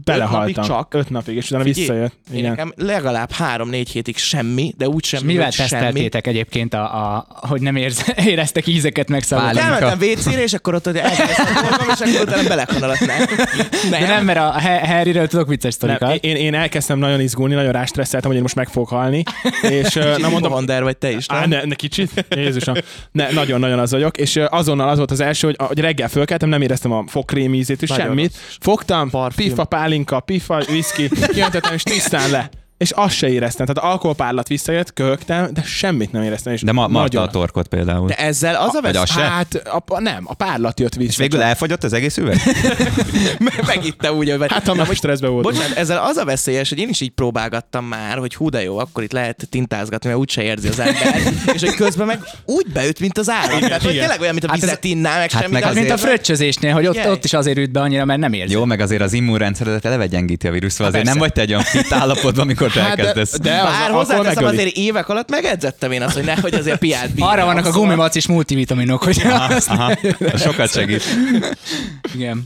H: belehaltam.
J: csak.
H: Öt napig, és utána
J: Figyelj,
H: visszajött.
J: Én
H: Igen.
J: nekem legalább három-négy hétig semmi, de úgy semmi,
G: Mivel
J: hogy semmi.
G: teszteltétek egyébként, a, a, hogy nem érz, éreztek ízeket meg szavakat?
J: Elmentem vécére, és akkor ott hogy elkezdtem dolgom, és akkor utána belekanalat. Nem.
G: De nem, mert a Harryről tudok vicces
H: Nem,
G: sztorikat.
H: én, én elkezdtem nagyon izgulni, nagyon rástresszeltem, hogy én most meg fogok halni. És uh, na mondom,
J: Wander vagy te is,
H: Á,
J: nem?
H: ne, ne kicsit, Jézusom. Ne, nagyon-nagyon az vagyok, és azonnal az volt az első, hogy, hogy reggel fölkeltem, nem éreztem a fogkrém ízét, és
J: Nagyon
H: semmit.
J: rossz.
H: Fogtam,
J: Parfüm.
H: piffa, pálinka, piffa, whisky, kiöntöttem, és tisztán le. És azt se éreztem. Tehát alkoholpárlat visszajött, köhögtem, de semmit nem éreztem. És
C: De ma, marta
H: nagyon-
C: a torkot például.
J: De ezzel az a
C: Vagy az
J: vesz...
C: se?
H: Hát a, a, nem, a párlat jött vissza.
C: És végül
H: csak.
C: elfogyott az egész üveg?
J: Megitte úgy, hogy...
H: Hát ha már stresszben volt.
J: Bocsánat, ezzel az a veszélyes, hogy én is így próbálgattam már, hogy hú de jó, akkor itt lehet tintázgatni, mert úgyse érzi az ember, és hogy közben meg úgy beüt, mint az állat. Tehát, hogy
H: igen.
J: tényleg olyan, mint a
G: Hát ez-
J: vizet innál, meg
C: hát
J: semmi.
C: meg
J: de
C: azért-
G: Mint a fröccsözésnél, hogy ott,
J: Figyelj.
G: ott is azért üt be annyira, mert nem érzi.
C: Jó, meg azért az immunrendszeredet eleve gyengíti a vírus, szóval azért nem vagy te egy olyan fit állapotban, amikor te
H: Hát de-
C: elkezdesz.
H: de- az
J: Bár
H: alkohol
J: hozzáteszem,
H: megöli.
J: azért évek alatt megedzettem én azt, hogy nehogy azért piát bírjam.
G: Arra vannak a
J: Szóval-
G: gumimacis multivitaminok, hogy
C: Aha, aha, az sokat segít.
G: igen.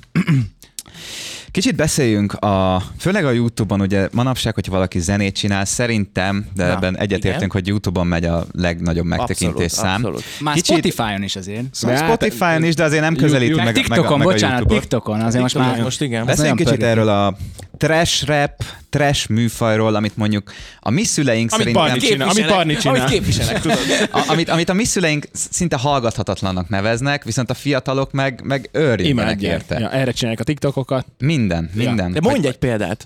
C: Kicsit beszéljünk, a, főleg a YouTube-on, ugye manapság, hogyha valaki zenét csinál, szerintem, de
J: Na,
C: ebben egyetértünk,
J: igen.
C: hogy YouTube-on megy a legnagyobb megtekintés
J: Abszolút,
C: szám.
J: abszolút.
G: Már
C: Kicsit-
G: Spotify-on is azért.
C: Szóval
H: De hát-
C: Spotify-on is, de azért nem közelíti meg, meg, a-
G: TikTokon,
C: meg a
G: bocsánat,
C: YouTube-ot.
G: TikTokon, azért most már...
J: Most igen.
C: Beszéljünk
G: nagyon
C: kicsit
G: pörgő.
C: erről a trash rap, trash műfajról, amit mondjuk a mi szüleink
H: Amit
C: szerintem...
H: Barni csinál, amit Barni csinál.
J: Amit képviselek, tudod.
C: A, amit, amit a mi szüleink szinte hallgathatatlannak neveznek, viszont a fiatalok meg, meg őrjöngenek
H: Imádják.
C: érte.
H: Ja, erre csinálják a TikTokokat.
C: Minden, minden.
J: De mondj egy példát.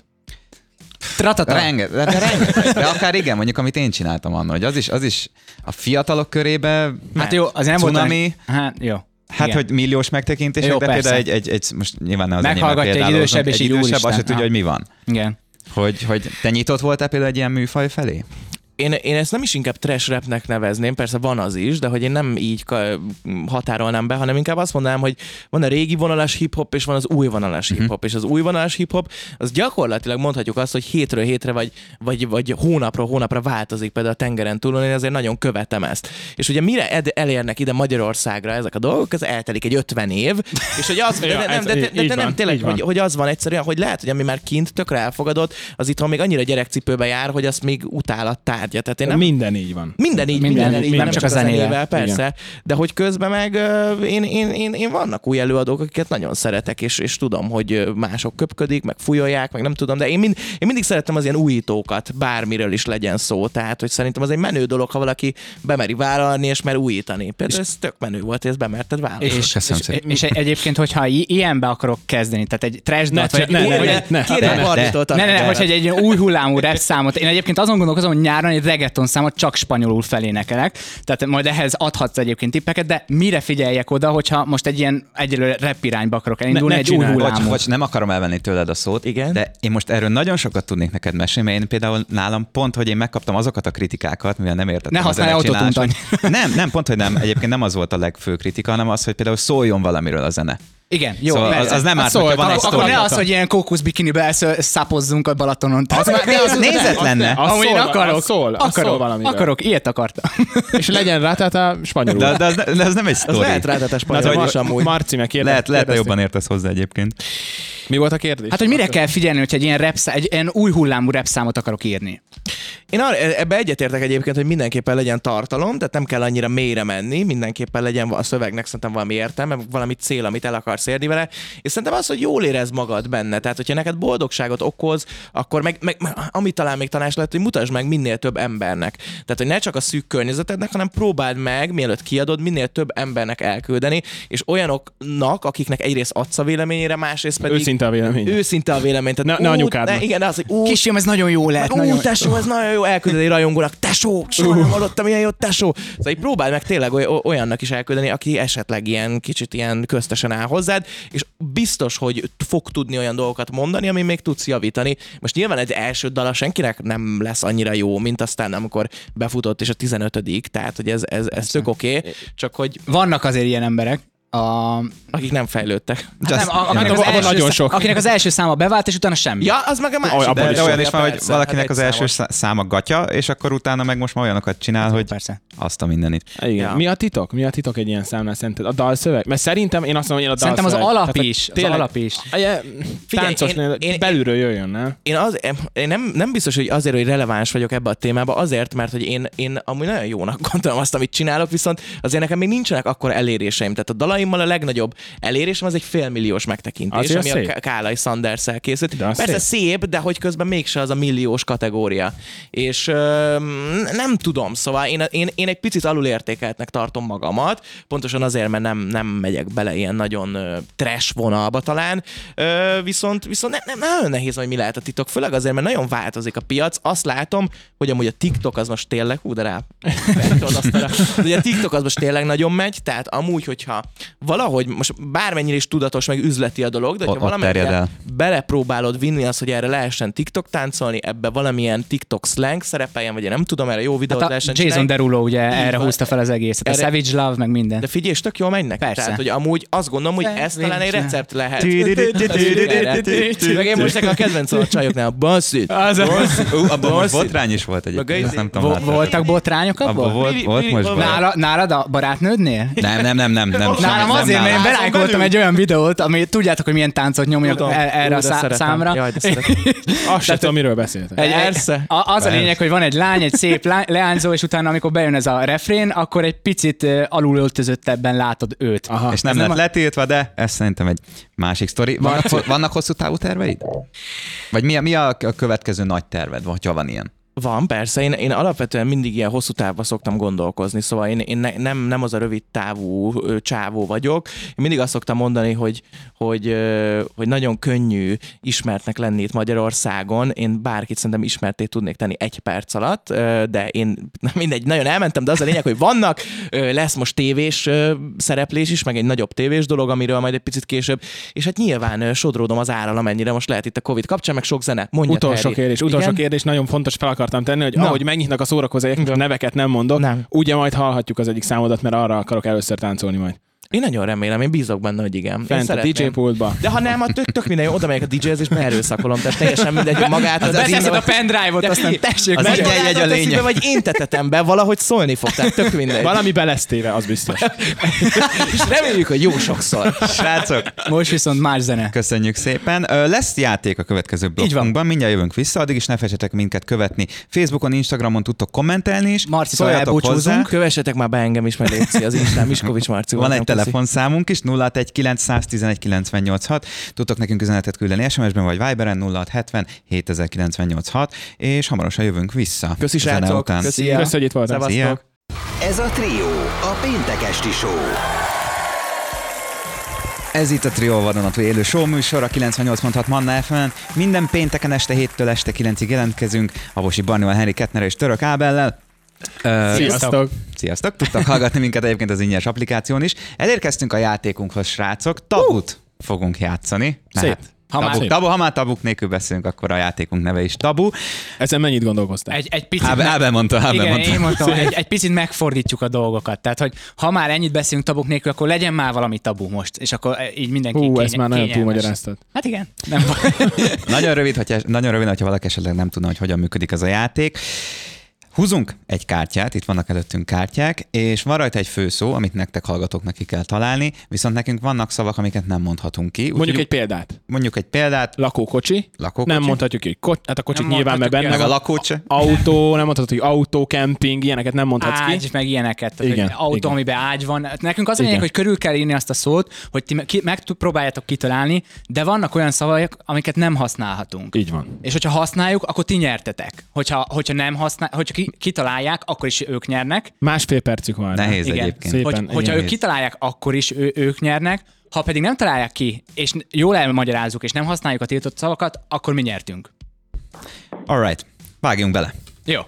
G: Tratata.
C: Rengeteg, de, de rengeteg. De akár igen, mondjuk, amit én csináltam annak, hogy az is, az is a fiatalok körébe
G: Hát jó, azért nem volt
C: Cunami,
G: olyan- Hát jó.
C: hát,
G: Igen.
C: hogy milliós megtekintések,
G: Jó,
C: de
G: persze.
C: például egy, egy, egy, most nyilván nem az enyémet
G: Meghallgatja egy
C: példálozom,
G: idősebb, és
C: egy
G: így
C: idősebb, azt se
G: úristen.
C: tudja, hogy mi van.
G: Igen.
C: Hogy, hogy te nyitott voltál például egy ilyen műfaj felé?
J: Én, én ezt nem is inkább trash rapnek nevezném, persze van az is, de hogy én nem így ka- határolnám be, hanem inkább azt mondanám, hogy van a régi vonalas hip-hop, és van az új vonalas
C: Mhm.
J: hip-hop, és az új vonalas hip-hop, az gyakorlatilag mondhatjuk azt, hogy hétről hétre, vagy, vagy, vagy hónapról hónapra változik, például a tengeren túlon, én azért nagyon követem ezt. És ugye mire ed- elérnek ide Magyarországra ezek a dolgok, ez eltelik egy ötven év, és hogy az, de,
H: Ja,
J: de, nem,
H: ez
J: de, de, de,
H: így
J: de nem
H: van,
J: tényleg,
H: így van.
J: hogy, hogy az van egyszerűen, hogy lehet, hogy ami már kint tökre elfogadott, az itthon még annyira gyerekcipőbe jár, hogy azt még utálat tárgya. Tehát én nem,
H: Minden így van.
J: Minden így,
G: Minden,
J: minden, így,
G: nem
J: nem
G: csak
J: csak
G: a
J: a
G: zenével.
J: zenével, persze. De hogy közben meg ö, én, én, én, én vannak új előadók, akiket nagyon szeretek, és, és tudom, hogy ö, mások köpködik, meg fújolják, meg nem tudom, de én, mind, én mindig szerettem az ilyen újítókat, bármiről is legyen szó. Tehát, hogy szerintem az egy menő dolog, ha valaki bemeri vállalni, és mer újítani. Például ez tök menő volt, hogy ezt bemerted vállalni.
G: És,
C: Köszönöm
G: és,
C: szépen.
G: és egyébként, hogyha i- ilyenbe akarok kezdeni, tehát egy trash
H: Ne,
G: dalt, vagy
H: ne,
G: egy-
H: ne,
G: vagy
H: ne,
G: egy-
H: ne,
J: Kérem,
C: de-
J: Barnitól
G: Ne, ne, ne,
J: tanulj.
G: hogy egy ilyen új hullámú rap számot. Én egyébként azon gondolkozom, hogy nyáron egy reggaeton számot csak spanyolul felénekelek. Tehát majd ehhez adhatsz egyébként tippeket, de mire figyeljek oda, hogyha most egy ilyen egyelőre rap irányba akarok elindulni,
H: Ne- ne
G: egy új
H: csináld.
C: Bocs,
G: hullámú.
C: bocs, nem akarom elvenni tőled a szót,
J: Igen?
C: de én most erről nagyon sokat tudnék neked mesélni, mert én például nálam pont, hogy én megkaptam azokat a kritikákat, mivel nem értettem
G: Ne
C: a
G: használj
C: zenecsinálást,
G: autotune-t
C: hogy- Nem, nem, pont, hogy nem. Egyébként nem az volt a legfő kritika, hanem az, hogy például szóljon valamiről a zene.
G: Igen, jó,
C: Szóval
G: persze.
C: az, az nem
G: Hát
C: árt, hogyha
G: szól,
C: van egy
G: akkor
C: sztori.
G: ne az, hogy ilyen kókuszbikinibe elszö- szapozzunk a Balatonon. Az
C: már néz- nézetlen ne.
H: Az
G: Amúgy én
H: szól,
G: akarok,
H: az szól, az
G: akarok,
H: szól valamiről.
G: akarok, ilyet akartam.
H: És legyen rá, tehát a spanyolul.
C: De, de, az, ne- de az nem egy
J: Az
C: sztori.
J: lehet rátetás
H: Na,
J: spanyol,
H: de
J: is amúgy.
H: Marci meg kérdez,
C: Lehet, lehet, te
H: kérdezték.
C: jobban értesz hozzá egyébként.
H: Mi volt a kérdés?
G: Hát, hogy mire kell figyelni, hogyha egy ilyen, rap, szá- egy ilyen új hullámú rap számot akarok írni?
J: Én arra, ebbe egyetértek egyébként, hogy mindenképpen legyen tartalom, tehát nem kell annyira mélyre menni, mindenképpen legyen a szövegnek szerintem valami értelme, valami cél, amit el akarsz érni vele, és szerintem az, hogy jól érezd magad benne, tehát hogyha neked boldogságot okoz, akkor meg, meg, meg ami talán még tanács lehet, hogy mutasd meg minél több embernek. Tehát, hogy ne csak a szűk környezetednek, hanem próbáld meg, mielőtt kiadod, minél több embernek elküldeni, és olyanoknak, akiknek egyrészt adsz a véleményére, másrészt pedig
H: Őszinte a vélemény.
J: őszinte a vélemény. Tehát,
H: Ne- ne
J: ú,
H: anyukádnak.
J: ne, igen, az, hogy ú,
G: Kisfiam, ez nagyon jó lehet.
J: Ú,
G: Nagyon...
J: tesó, ez nagyon jó, elküldeni egy rajongónak, tesó, soha nem hallottam ilyen jó, tesó. Szóval így próbáld meg tényleg oly- olyannak is elküldeni, aki esetleg ilyen kicsit ilyen köztesen áll hozzád, és biztos, hogy fog tudni olyan dolgokat mondani, ami még tudsz javítani. Most nyilván egy első dala senkinek nem lesz annyira jó, mint aztán amikor befutott és a tizenötödik, tehát hogy ez, ez, ez tök oké, okay, csak hogy
G: Vannak azért ilyen emberek, A...
J: Akik nem fejlődtek.
G: Hát nem, a, akinek, az első, nagyon sok. akinek az első száma bevált, és utána semmi.
J: Ja, az meg a másik.
C: De, de olyan is van, hogy
J: persze,
C: valakinek
J: hát
C: az első számos. száma gatya, és akkor utána meg most már olyanokat csinál, hogy
G: persze.
C: azt a mindenit.
H: Igen. Ja. Mi a titok? Mi a titok egy ilyen számnál szerinted? A dalszöveg? Mert szerintem én azt mondom, hogy a dalszöveg.
G: Szerintem az alap
H: Tehát,
G: is.
H: tényleg,
G: az alap is.
H: Táncosnél belülről jöjjön, nem?
J: Én, az, én nem, nem biztos, hogy azért, hogy releváns vagyok ebbe a témába, azért, mert hogy én, én amúgy nagyon jónak gondolom azt, amit csinálok, viszont azért nekem még nincsenek akkor eléréseim. Tehát a dalaimmal a legnagyobb elérésem az egy félmilliós megtekintés,
H: azért
J: ami
H: szép.
J: a Kálai Sanderszel készült.
H: De
J: Persze
H: szép.
J: szép, de hogy közben mégse az a milliós kategória. És ö, nem tudom, szóval én, én, én egy picit alulértékeltnek tartom magamat, pontosan azért, mert nem, nem megyek bele ilyen nagyon ö, trash vonalba talán, ö, viszont, viszont nem, nem, nagyon nehéz, hogy mi lehet a titok, főleg azért, mert nagyon változik a piac. Azt látom, hogy amúgy a TikTok az most tényleg, hú, de rá, hogy a TikTok az most tényleg nagyon megy, tehát amúgy, hogyha valahogy, most bármennyire is tudatos, meg üzleti a dolog, de hogyha valamennyire belepróbálod vinni azt, hogy erre lehessen TikTok táncolni, ebbe valamilyen TikTok slang szerepeljen, vagy én nem tudom, erre jó videót
G: hát
J: lehessen
G: Jason
J: csinálni.
G: Derulo ugye
J: Így
G: erre
J: van.
G: húzta fel az egészet,
J: Erre...
G: a Savage Love, meg minden.
J: De figyelj, és tök jól megy neki.
G: Persze.
J: Tehát, hogy amúgy azt gondolom, hogy ez talán egy recept lehet. Meg én most nekem a kedvencem a csajoknál, a basszit.
C: Abban most botrány is volt egyébként, azt nem tudom.
G: Voltak botrányok abban?
C: Abban volt, volt most
G: Nála, nálad a barátnődnél?
C: Nem, nem, nem, nem. nem
G: Nálam azért, mert én belájkoltam egy olyan videót, ami tudjátok, hogy milyen táncot nyomjak erre a számra.
J: Jaj, de szeretem.
H: Azt sem tudom, miről beszéltek.
G: Egy, Persze. Az a lényeg, hogy van egy lány, egy szép lány, leányzó, és utána, amikor bejön ez a refrén, akkor egy picit alulöltözöttebben látod őt.
C: Aha. És nem lett nem letiltva, de ez szerintem egy másik sztori. Vannak, vannak hosszú távú terveid? Vagy mi a, mi a következő nagy terved, hogyha van ilyen?
J: Van, persze. Én, én alapvetően mindig ilyen hosszú távban szoktam gondolkozni, szóval én, én ne, nem, nem az a rövid távú ö, csávó vagyok. Én mindig azt szoktam mondani, hogy, hogy, ö, hogy nagyon könnyű ismertnek lenni itt Magyarországon. Én bárkit szerintem ismerté tudnék tenni egy perc alatt, ö, de én mindegy, nagyon elmentem, de az a lényeg, hogy vannak, ö, lesz most tévés ö, szereplés is, meg egy nagyobb tévés dolog, amiről majd egy picit később, és hát nyilván ö, sodródom az árral, amennyire most lehet itt a Covid kapcsán, meg sok zene. Mondjad,
H: utolsó
J: Harry.
H: kérdés, utolsó
J: Igen?
H: kérdés, nagyon fontos, fel akartam tenni, hogy
J: Na.
H: ahogy megnyitnak a szórakozók, neveket nem mondok,
J: Nem.
H: ugye majd hallhatjuk az egyik számodat, mert arra akarok először táncolni majd.
J: Én nagyon remélem, én bízok benne, hogy igen.
H: Fent a dé dzsé pultba.
J: De ha nem, a tök, tök minden, oda megyek a dé dzséhez és beerőszakolom, tehát teljesen mindegy, hogy magát az
G: Beteszed a pendrive-ot, aztán tessék,
J: az
G: meg
J: egy, egy a lényeg. Vagy én tetetem be, valahogy szólni fog, tehát tök mindegy.
H: Valami belesztéve, az biztos.
J: És reméljük, hogy jó sokszor.
C: Srácok,
G: most viszont más zene.
C: Köszönjük szépen. Lesz játék a következő blokkunkban, mindjárt jövünk vissza, addig is ne fessetek minket követni. Facebookon, Instagramon tudtok kommentelni is.
G: Marcitól elbúcsúzunk.
J: Kövessetek már be engem is, mert létszi az Instán, Miskovics Marci.
C: Van egy telefonszámunk is, nulla hat egy kilenc egy egy kilenc nyolc hat. Tudtok nekünk üzenetet küldeni es em es-ben vagy Viberen nulla hat hetven hétezer kilencszáznyolcvanhat, és hamarosan jövünk vissza.
J: Köszi srácok.
C: Köszi,
H: Köszi, hogy itt voltam.
C: Szia.
E: Ez a Trió, a péntek esti show.
C: Ez itt a Trió vadonatúj élő show műsor, a kilencvennyolc pont hat Manna ef em-en. Minden pénteken este héttől este kilencig jelentkezünk, Havosi Barnival, Henry Kettnerrel és Török Ábellel. Uh,
H: Sziasztok!
C: Sziasztok! Tudtak hallgatni minket egyébként az ingyenes applikáción is. Elérkeztünk a játékunkhoz, srácok. Tabut uh. fogunk játszani.
H: Szép.
C: Ha
H: Ha
C: tabu,
H: már,
C: tabu, ha már tabuk nélkül beszélünk, akkor a játékunk neve is tabu.
H: ezen mennyit gondolkoztál?
G: Egy, egy picit
C: Ábel,
G: meg...
C: Ábel mondta, Ábel
G: Igen,
C: mondta.
G: én mondtam, egy, egy picit megfordítjuk a dolgokat. Tehát, hogy ha már ennyit beszélünk tabuk nélkül, akkor legyen már valami tabu most. És akkor így mindenki
H: Hú,
G: kény-
H: ezt már nagyon
G: kényelmes.
H: túlmagyaráztad.
G: Hát igen. Nem
C: Nagyon rövid, hogyha, nagyon rövid, hogyha valaki esetleg nem tudna, hogy hogyan működik ez a játék. Húzunk egy kártyát, itt vannak előttünk kártyák, és van rajta egy főszó, amit nektek hallgatóknak ki kell találni, viszont nekünk vannak szavak, amiket nem mondhatunk ki.
H: Mondjuk
C: Úgy,
H: egy példát.
C: mondjuk egy példát.
H: Lakókocsi.
C: Lakókocsi.
H: Nem mondhatjuk ki. Ko- hát a kocsik
G: Nem
H: nyilván, mert
G: mondhatjuk
H: benne
C: Meg a
H: van.
C: lakócsa.
H: Autó, nem mondhatod, hogy autó, kemping, ilyeneket nem mondhatsz ki.
G: ágy, meg ilyeneket. Tehát,
H: Igen,
G: hogy autó,
H: igen.
G: amiben ágy van. Nekünk az a lényeg,
H: Igen.
G: hogy körül kell írni azt a szót, hogy ti ki, meg tud- próbáljátok kitalálni, de vannak olyan szavak, amiket nem használhatunk.
H: Így van.
G: És hogyha használjuk, akkor ti nyertetek. Hogyha, hogyha nem használ, hogyha ki, kitalálják, akkor is ők nyernek.
H: Másfél percük van. rá.
C: Nehéz
G: Igen.
C: egyébként.
H: Szépen,
G: Hogy,
H: igen.
G: hogyha ők
C: nehéz.
G: kitalálják, akkor is ő, ők nyernek. Ha pedig nem találják ki, és jól elmagyarázzuk, és nem használjuk a tiltott szavakat, akkor mi nyertünk.
C: Alright, vágjunk bele.
G: Jó.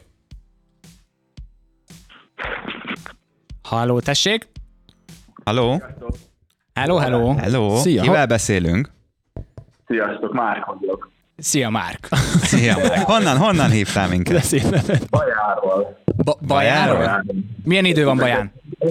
G: Halló, tessék.
C: Halló?
G: Hello, hello.
C: Hello?
H: Szia.
C: Kivel beszélünk?
I: Sziasztok, Márk vagyok.
G: Szia, Márk.
C: Szia, Márk. Honnan, honnan hívtál minket?
H: De szép neved.
I: Bajáról.
G: Ba- Bajáról?
I: Bajáról.
G: Milyen idő van Baján?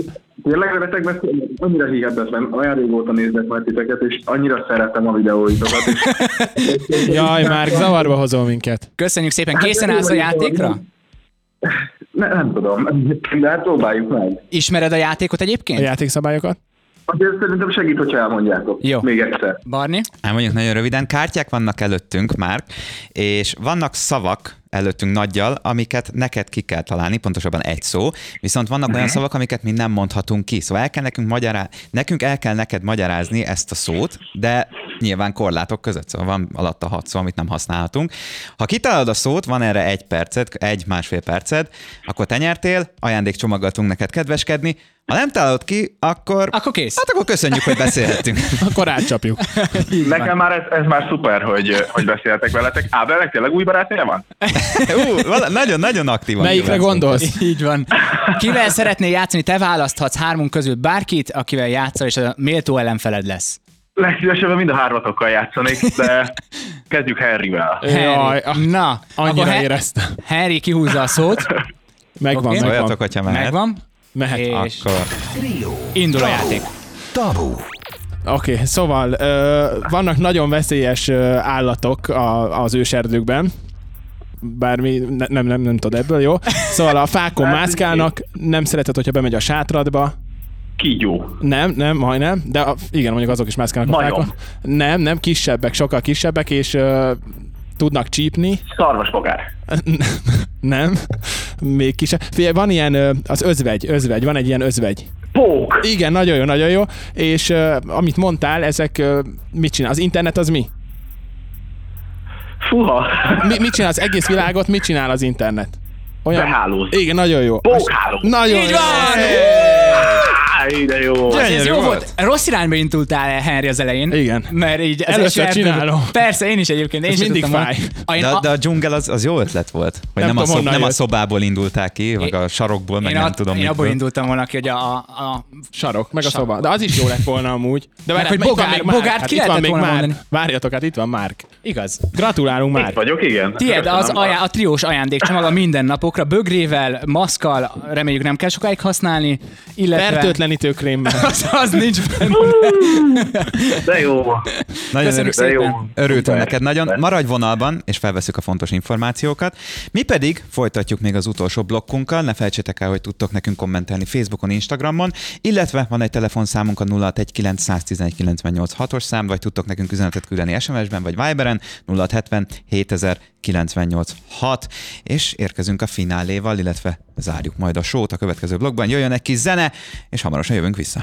I: Tényleg veletek beszélni? Annyira hihetetlen, olyan régóta nézek már titeket, és annyira szeretem a videóitokat. És...
A: Jaj, már zavarba hozol minket.
G: Köszönjük szépen, készen állsz a játékra?
I: Ne, nem tudom, de hát próbáljuk meg.
G: Ismered a játékot egyébként?
A: A játékszabályokat?
I: Azért szerintem segít, hogyha elmondjátok.
G: Jó.
I: Még egyszer.
G: Barni?
C: Elmondjuk nagyon röviden, kártyák vannak előttünk, Márk, és vannak szavak előttünk nagyjal, amiket neked ki kell találni, pontosabban egy szó, viszont vannak olyan szavak, amiket mi nem mondhatunk ki. Szóval el kell nekünk magyará... nekünk el kell neked magyarázni ezt a szót, de nyilván korlátok között, szóval van alatta hat szó, amit nem használhatunk. Ha kitalálod a szót, van erre egy perced, egy-másfél perced, akkor te nyertél, ajándékcsomaggal tudunk neked kedveskedni. Ha nem találod ki, akkor...
G: Akkor kész.
C: Hát akkor köszönjük, hogy beszélhettünk.
A: Akkor átcsapjuk.
I: Nekem már ez, ez már szuper, hogy, hogy beszéltek veletek. Ábelnek tényleg új barátnője van?
C: Nagyon-nagyon aktívan.
A: Melyikre gondolsz?
G: Így van. Kivel szeretnél játszani? Te választhatsz hármunk közül bárkit, akivel játszol, és a méltó ellenfeled lesz.
I: Legszívesebben mind a hármatokkal játszanék, de kezdjük Harryvel.
A: Jaj,
G: Harry. Na,
A: annyira
G: akkor
A: éreztem.
G: Harry kihúzza a szót.
A: Megvan,
G: Oké.
A: megvan.
C: Szóljatok, hogyha mehet.
G: Megvan.
A: Mehet.
G: És
C: Akkor...
G: indul a játék.
E: Tabu.
A: Oké, okay, szóval ö, vannak nagyon veszélyes ö, állatok a, az őserdőkben. Bármi, ne, nem, nem, nem tudod ebből, jó? Szóval a fákon mászkálnak, nem szereted, hogyha bemegy a sátradba.
I: Kígyó.
A: Nem, nem, majdnem, de a, igen, mondjuk azok is mászkálnak a
I: Majom.
A: fákon. Nem, nem, kisebbek, sokkal kisebbek, és ö, tudnak csípni.
I: Szarvasbogár.
A: Nem, még kisebb. Figyelj, van ilyen, ö, az özvegy, özvegy, van egy ilyen özvegy.
I: Pók.
A: Igen, nagyon jó, nagyon jó. És uh, amit mondtál, ezek uh, mit csinál? Az internet az mi?
I: Fuha.
A: mi? Mit csinál az egész világot? Mit csinál az internet?
I: Behálóz.
A: Igen, nagyon jó.
I: Pókháló.
A: Nagyon
G: Így
A: jó.
G: van!
I: Á, de jó.
G: Ez jó volt. Rossz irányba indultál el, Henry, az elején.
A: Igen.
G: Mert így az
A: Először
G: első
A: csinálom.
G: Persze, én is egyébként. Én
A: Ez
G: sem
A: mindig
G: tudtam
A: fáj.
G: volna.
C: De,
G: A-
C: de a dzsungel az, az jó ötlet volt, hogy
A: Nem
C: nem, a,
A: tudom,
C: szob,
A: honnan
C: nem a
A: jött.
C: szobából indulták ki, meg a sarokból, meg
G: én
C: nem
G: a-
C: tudom
G: Én abból
C: mitből.
G: indultam volna ki, hogy a, a, a
A: Sarok, meg a
G: Sarok.
A: szoba. De az is jó lett volna amúgy. De
G: Meg, hogy
A: itt van
G: Bogár-
A: még Márk.
G: Bogárt
A: Hát
G: ki
A: itt van
G: lehetett
A: még
G: volna
A: Márk.
G: mondani.
A: Várjatok, hát itt van Márk.
G: igaz.
A: Gratulálunk
I: Itt
A: Márk.
I: vagyok, igen.
G: Tied az
I: Köszönöm.
G: ajá, a triós ajándékcsomag a mindennapokra, bögrével, maszkal, reméljük nem kell sokáig használni, illetve...
A: Fertőtlenítő krémmel.
G: az, az nincs benne.
I: De jó.
C: Nagyon
G: Köszönjük
C: örül,
I: De jó.
G: szépen.
C: örültünk
I: Szuper.
C: neked nagyon.
I: Szuper.
C: Maradj vonalban, és felveszük a fontos információkat. Mi pedig folytatjuk még az utolsó blokkunkkal. Ne felejtsétek el, hogy tudtok nekünk kommentelni Facebookon, Instagramon, illetve van egy telefonszámunk a nulla hat egy kilenc egy egy kilenc nyolc hatos szám, vagy tudtok nekünk üzenetet küldeni es em es-ben, vagy Viberen nulla hat hetven hétezer kilencvennyolc hat, és érkezünk a fináléval, illetve zárjuk majd a sót a következő blogban. Jöjjön egy kis zene, és hamarosan jövünk vissza.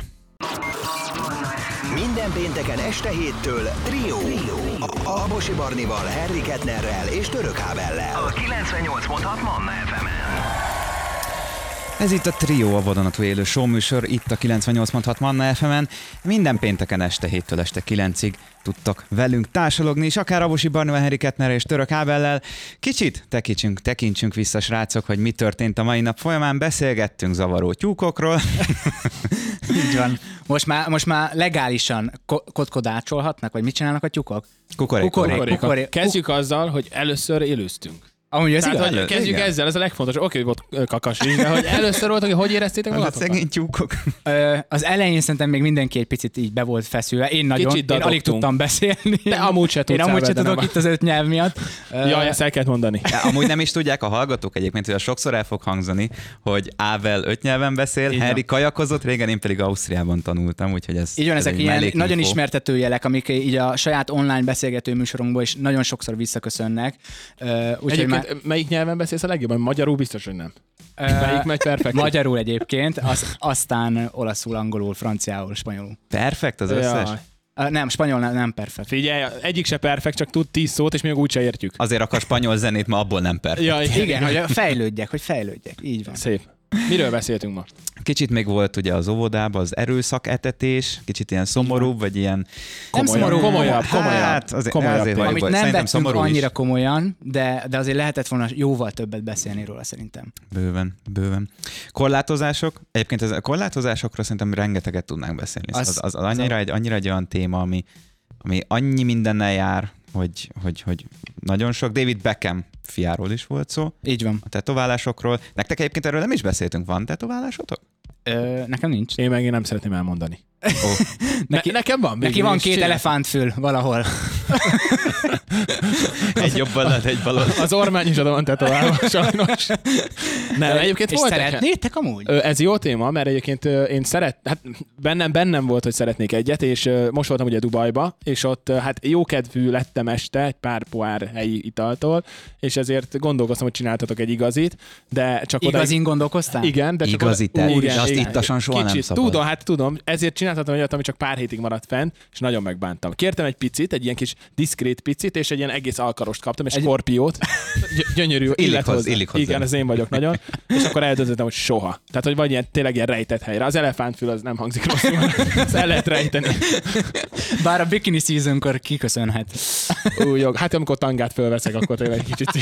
E: Minden pénteken este héttől Trio. A Aposi Barnival, Henry Kettnerrel és Török Ábellel. A kilencvennyolc pont hat Manna ef em-en.
C: Ez itt a Trio, a vadonatúj élő showműsor, itt a kilencvennyolc pont hat Manna ef em-en. Minden pénteken este héttől este kilencig tudtok velünk társalogni, és akár Aposi Barnival, Henry Kettnerrel és Török Ábellel. Kicsit tekintsünk, tekintsünk vissza, srácok, hogy mi történt a mai nap folyamán. Beszélgettünk zavaró tyúkokról.
G: Így van. Most már, most már legálisan ko- kotkodácsolhatnak, vagy mit csinálnak a tyúkok?
C: Kukorék.
G: Kukorék.
A: Kukoréka.
G: Kukorék.
A: Kezdjük azzal, hogy először élőztünk.
G: Amúgy ez
A: Tehát,
G: igaz?
A: hogy kezdjük
C: Igen.
A: ezzel, ez a legfontosabb. Oké, hogy volt kakas is, de hogy először voltak, hogy hogy éreztétek
C: Hát
A: magatokat?
C: szegény tyúkok.
G: Ö, az elején szerintem még mindenki egy picit így be volt feszülve. Én nagyon,
A: Kicsit
G: én alig
A: dadogtunk.
G: tudtam beszélni.
A: Te amúgy se
G: Én
A: tudsz
G: amúgy se
A: elvedeni
G: tudok
A: a-
G: itt az öt nyelv miatt. Ö,
A: Jaj, ezt el kellett mondani.
C: Ja, amúgy nem is tudják a hallgatók egyébként, hogy sokszor el fog hangzani, hogy Ável öt nyelven beszél,
G: Így
C: Henry
G: van.
C: kajakozott, régen én pedig Ausztriában tanultam, úgyhogy ez
G: Így van,
C: ez
G: ezek
C: egy
G: ilyen
C: mellékinfo.
G: nagyon ismertető jelek, amik így a saját online beszélgető műsorunkból is nagyon sokszor visszaköszönnek. Ö, Úgyhogy
A: Egyébként
G: már,
A: melyik nyelven beszélsz a legjobban? Magyarul biztos, hogy nem.
G: ö,
A: Melyik megy perfekt?
G: magyarul egyébként, az, aztán olaszul, angolul, franciául, spanyolul.
C: Perfekt az összes?
A: Jaj.
G: Ö, Nem, spanyol nem, nem perfekt.
A: Figyelj, egyik se perfekt, csak tud tíz szót, és még úgyse értjük.
C: Azért akar spanyol zenét, ma abból nem perfekt.
A: Ja,
G: Igen, hogy fejlődjek, hogy fejlődjek. Így van.
A: Szép. Miről beszéltünk ma?
C: Kicsit még volt ugye az óvodában az erőszaketetés, kicsit ilyen szomorúbb, vagy ilyen...
G: Nem szomorú,
A: komolyabb, komolyabb.
C: Hát, azért,
A: komolyabb
C: azért
A: téma.
C: vagyok,
G: Amit nem
C: szerintem
G: vettünk
C: szomorú
G: annyira
C: is.
G: komolyan, de, de azért lehetett volna jóval többet beszélni róla szerintem.
C: Bőven, bőven. Korlátozások. Egyébként ez a korlátozásokról szerintem rengeteget tudnánk beszélni. Az,
G: Az-
C: az, az annyira, egy, annyira egy olyan téma, ami, ami annyi mindennel jár, hogy, hogy, hogy nagyon sok. David Beckham fiáról is volt szó,
G: Így van.
C: a tetoválásokról. Nektek egyébként erről nem is beszéltünk, van tetoválásotok?
B: Ö, nekem nincs.
A: Én meg én nem szeretném elmondani.
C: Oh.
B: Neki,
A: ne, nekem van.
B: Neki van két
A: csinál.
B: elefántfül valahol.
C: Egy jobb oldalt, egy bal oldalt.
A: Az ormány is oda van tetoválva, sajnos. Nem, egyébként
B: És
A: volt
B: szeretnétek amúgy?
A: Ö, Ez jó téma, mert egyébként ö, én szeret, hát bennem, bennem volt, hogy szeretnék egyet, és ö, most voltam ugye Dubajba, és ott ö, hát jókedvű lettem este egy pár pohár helyi italtól, és ezért gondolkoztam, hogy csináltatok egy igazit, de csak oda...
B: Igazin gondolkoztál?
A: Igen, de csak
C: Igazi
A: oda...
C: te?
A: Úr,
C: De azt ittasan soha nem szabad.
A: Tudom, hát tudom, ezért csináltatom egyet, ami csak pár hétig maradt fent, és nagyon megbántam. Kértem egy picit, egy ilyen kis diszkrét picit, és egy ilyen egész alkarost kaptam, egy, egy... skorpiót. Gy- gyönyörű,
C: illik
A: illet
C: hozzá,
A: hozzá.
C: illik hozzá.
A: Igen, ez én vagyok nagyon. És akkor eldöntöttem, hogy soha. Tehát, hogy vagy ilyen, tényleg ilyen rejtett helyre. Az elefántfül az nem hangzik rosszul, ezt el lehet rejteni.
B: Bár a bikini seasonkor kiköszönhet.
A: Úgy, jó. Hát amikor tangát fölveszek, akkor tényleg egy kicsit.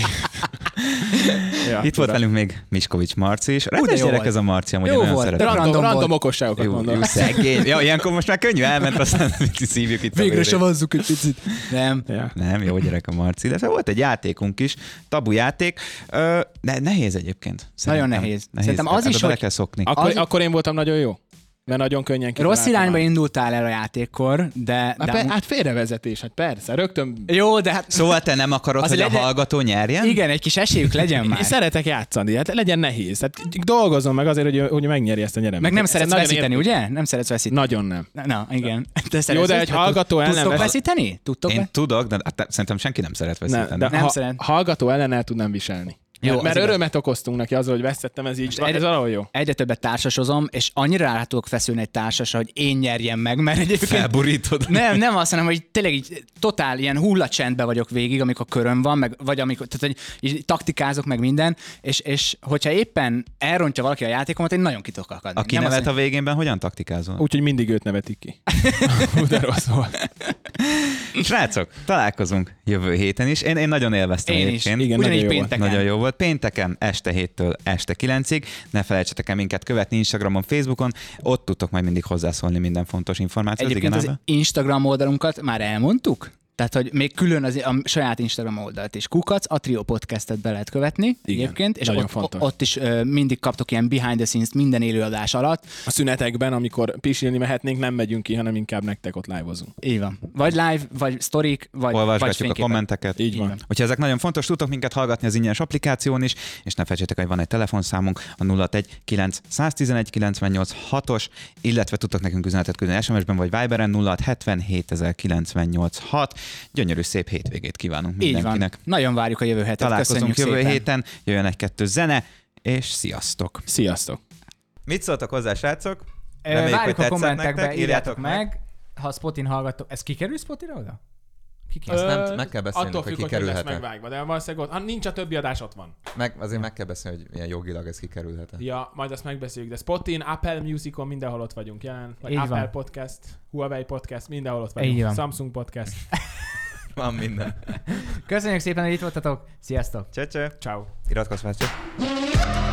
A: Ja,
C: Itt volt velünk még Miskovics Marci is.
B: de
C: Rendes
B: jó
C: gyerek
B: volt.
C: ez a Marci, amúgy én
B: Jó
C: nagyon
B: volt.
C: szeretem.
A: Random,
B: Random
A: random
B: volt.
A: okosságokat
C: Jó,
A: mondom.
C: jó, szegény. Ja, ilyenkor most már könnyű elment, aztán szívjuk itt a vérét.
B: savazzuk egy picit. Nem.
A: Ja.
C: Nem, jó gyerek a Marci, de volt egy játékunk is, tabu játék. Ö, ne, nehéz egyébként. Szerintem.
B: Nagyon nehéz. Szerintem az
C: Ebbe
B: is,
C: bele
B: hogy-
C: kell szokni.
A: Akkor,
B: Az-
A: akkor én voltam nagyon jó. Mert nagyon könnyen
B: Rossz
A: kitaláltam
B: irányba
A: már.
B: indultál el a játékkor, de...
A: Hát,
B: de
A: pe- hát félrevezetés, hát persze, rögtön.
B: Jó, de hát...
C: Szóval te nem akarod,
B: Azért
C: hogy a
B: legyen-
C: hallgató nyerjen?
B: Igen, egy kis esélyük legyen
A: Én
B: már.
A: szeretek játszani, hát legyen nehéz. Hát dolgozom meg azért, hogy, hogy megnyeri ezt a nyereményt.
B: Meg nem
A: Ez
B: szeretsz
A: nagyon
B: veszíteni,
A: ér-
B: ugye? Nem szeretsz veszíteni.
A: Nagyon nem.
B: Na, na igen. Te
A: Jó,
B: szeretsz
A: de egy
B: veszíteni?
A: hallgató ellen
B: Tudtok
A: vesz-
B: veszíteni? Tudtok
C: Én
B: be?
C: tudok, de hát szerintem senki nem szeret
A: Nem,
C: veszíteni.
A: de
B: Nem
A: ha,
B: szeret.
A: hallgató ellen el tudnám viselni.
B: Jó,
A: Jó,
B: az
A: mert
B: igaz.
A: örömet okoztunk neki azzal, hogy vesztettem, ez így,
B: egy-
A: ez valahol jó.
B: Egyre többet társasozom, és annyira rá tudok feszülni egy társasra, hogy én nyerjem meg, mert egyébként...
C: Felburítod.
B: Nem, nem azt, hanem, hogy tényleg így totál ilyen hullacsendben vagyok végig, amikor köröm van, meg, vagy amikor, tehát hogy így taktikázok meg minden, és, és hogyha éppen elrontja valaki a játékomat, én nagyon ki tudok akadni.
C: Aki
B: Nem
C: nevet
B: azt,
C: a végénben, hogyan taktikázol?
A: Úgyhogy mindig őt nevetik ki. Hú, de rossz volt.
C: Srácok, találkozunk jövő héten is. Én, én nagyon élveztem
B: Én is.
C: egyébként.
A: Igen,
B: Ugyanígy
A: nagyon jó volt.
B: pénteken.
C: Nagyon jó volt. Pénteken este héttől este kilencig. Ne felejtsetek el minket követni Instagramon, Facebookon. Ott tudtok majd mindig hozzászólni minden fontos információt.
B: Egyébként
C: Igen,
B: az
C: Ábel?
B: Instagram oldalunkat már elmondtuk? Tehát, hogy még külön az, a saját Instagram oldalt is. Kukac, a Trio Podcastet be lehet követni
A: Igen,
B: egyébként, és
A: nagyon
B: ott,
A: fontos.
B: ott is ö, mindig kaptok ilyen behind the scenes minden élőadás alatt.
A: A szünetekben, amikor pisilni mehetnénk, nem megyünk ki, hanem inkább nektek ott live-ozunk.
B: Így van. Vagy live, vagy sztorik, vagy, vagy
C: Olvasgatjuk a
B: fényképek.
C: kommenteket.
A: Így van.
C: Hogyha ezek nagyon fontos, tudtok minket hallgatni az ingyenes applikáción is, és ne felejtsétek, hogy van egy telefonszámunk, a nulla egy kilenc egy egy kilencvennyolc hatos, illetve tudtok nekünk üzenetet küldeni es em es-ben vagy Viberen nulla hetvenhét ezer kilencvennyolcvanhat. Gyönyörű szép hétvégét kívánunk
B: Így
C: mindenkinek.
B: van. Nagyon várjuk a jövő hetet.
C: Találkozunk
B: Köszönjük
C: jövő
B: szépen.
C: héten, jöjjön egy-kettő zene, és sziasztok!
A: Sziasztok!
C: Mit szóltak hozzá, srácok?
G: Ö,
C: Reméljük,
G: Várjuk
C: hogy
G: a
C: tetszett
G: kommentekbe,
C: nektek,
G: írjátok meg. Ha Spotin hallgattok, ez kikerül Spotira oda? Kikerül?
F: Azt nem- meg kell beszélnünk,
A: attól
F: hogy
A: függ,
F: ki
A: hogy lesz
F: kerülhet-e.
A: megvágva, de valószínűleg ott, ha nincs a többi adás, ott van.
F: Meg, azért meg kell beszélni, hogy ilyen jogilag ez kikerülhet.
A: Ja, majd azt megbeszéljük, de Spotin, Apple Musicon mindenhol ott vagyunk jelen, vagy
G: Így
A: Apple
G: van.
A: Podcast, Huawei Podcast, mindenhol ott
G: Így
A: vagyunk,
G: van.
A: Samsung Podcast.
F: Van minden.
G: Köszönjük szépen, hogy itt voltatok. Sziasztok!
C: Cső, cső.
A: Ciao.
C: Iratkozz fel, cső.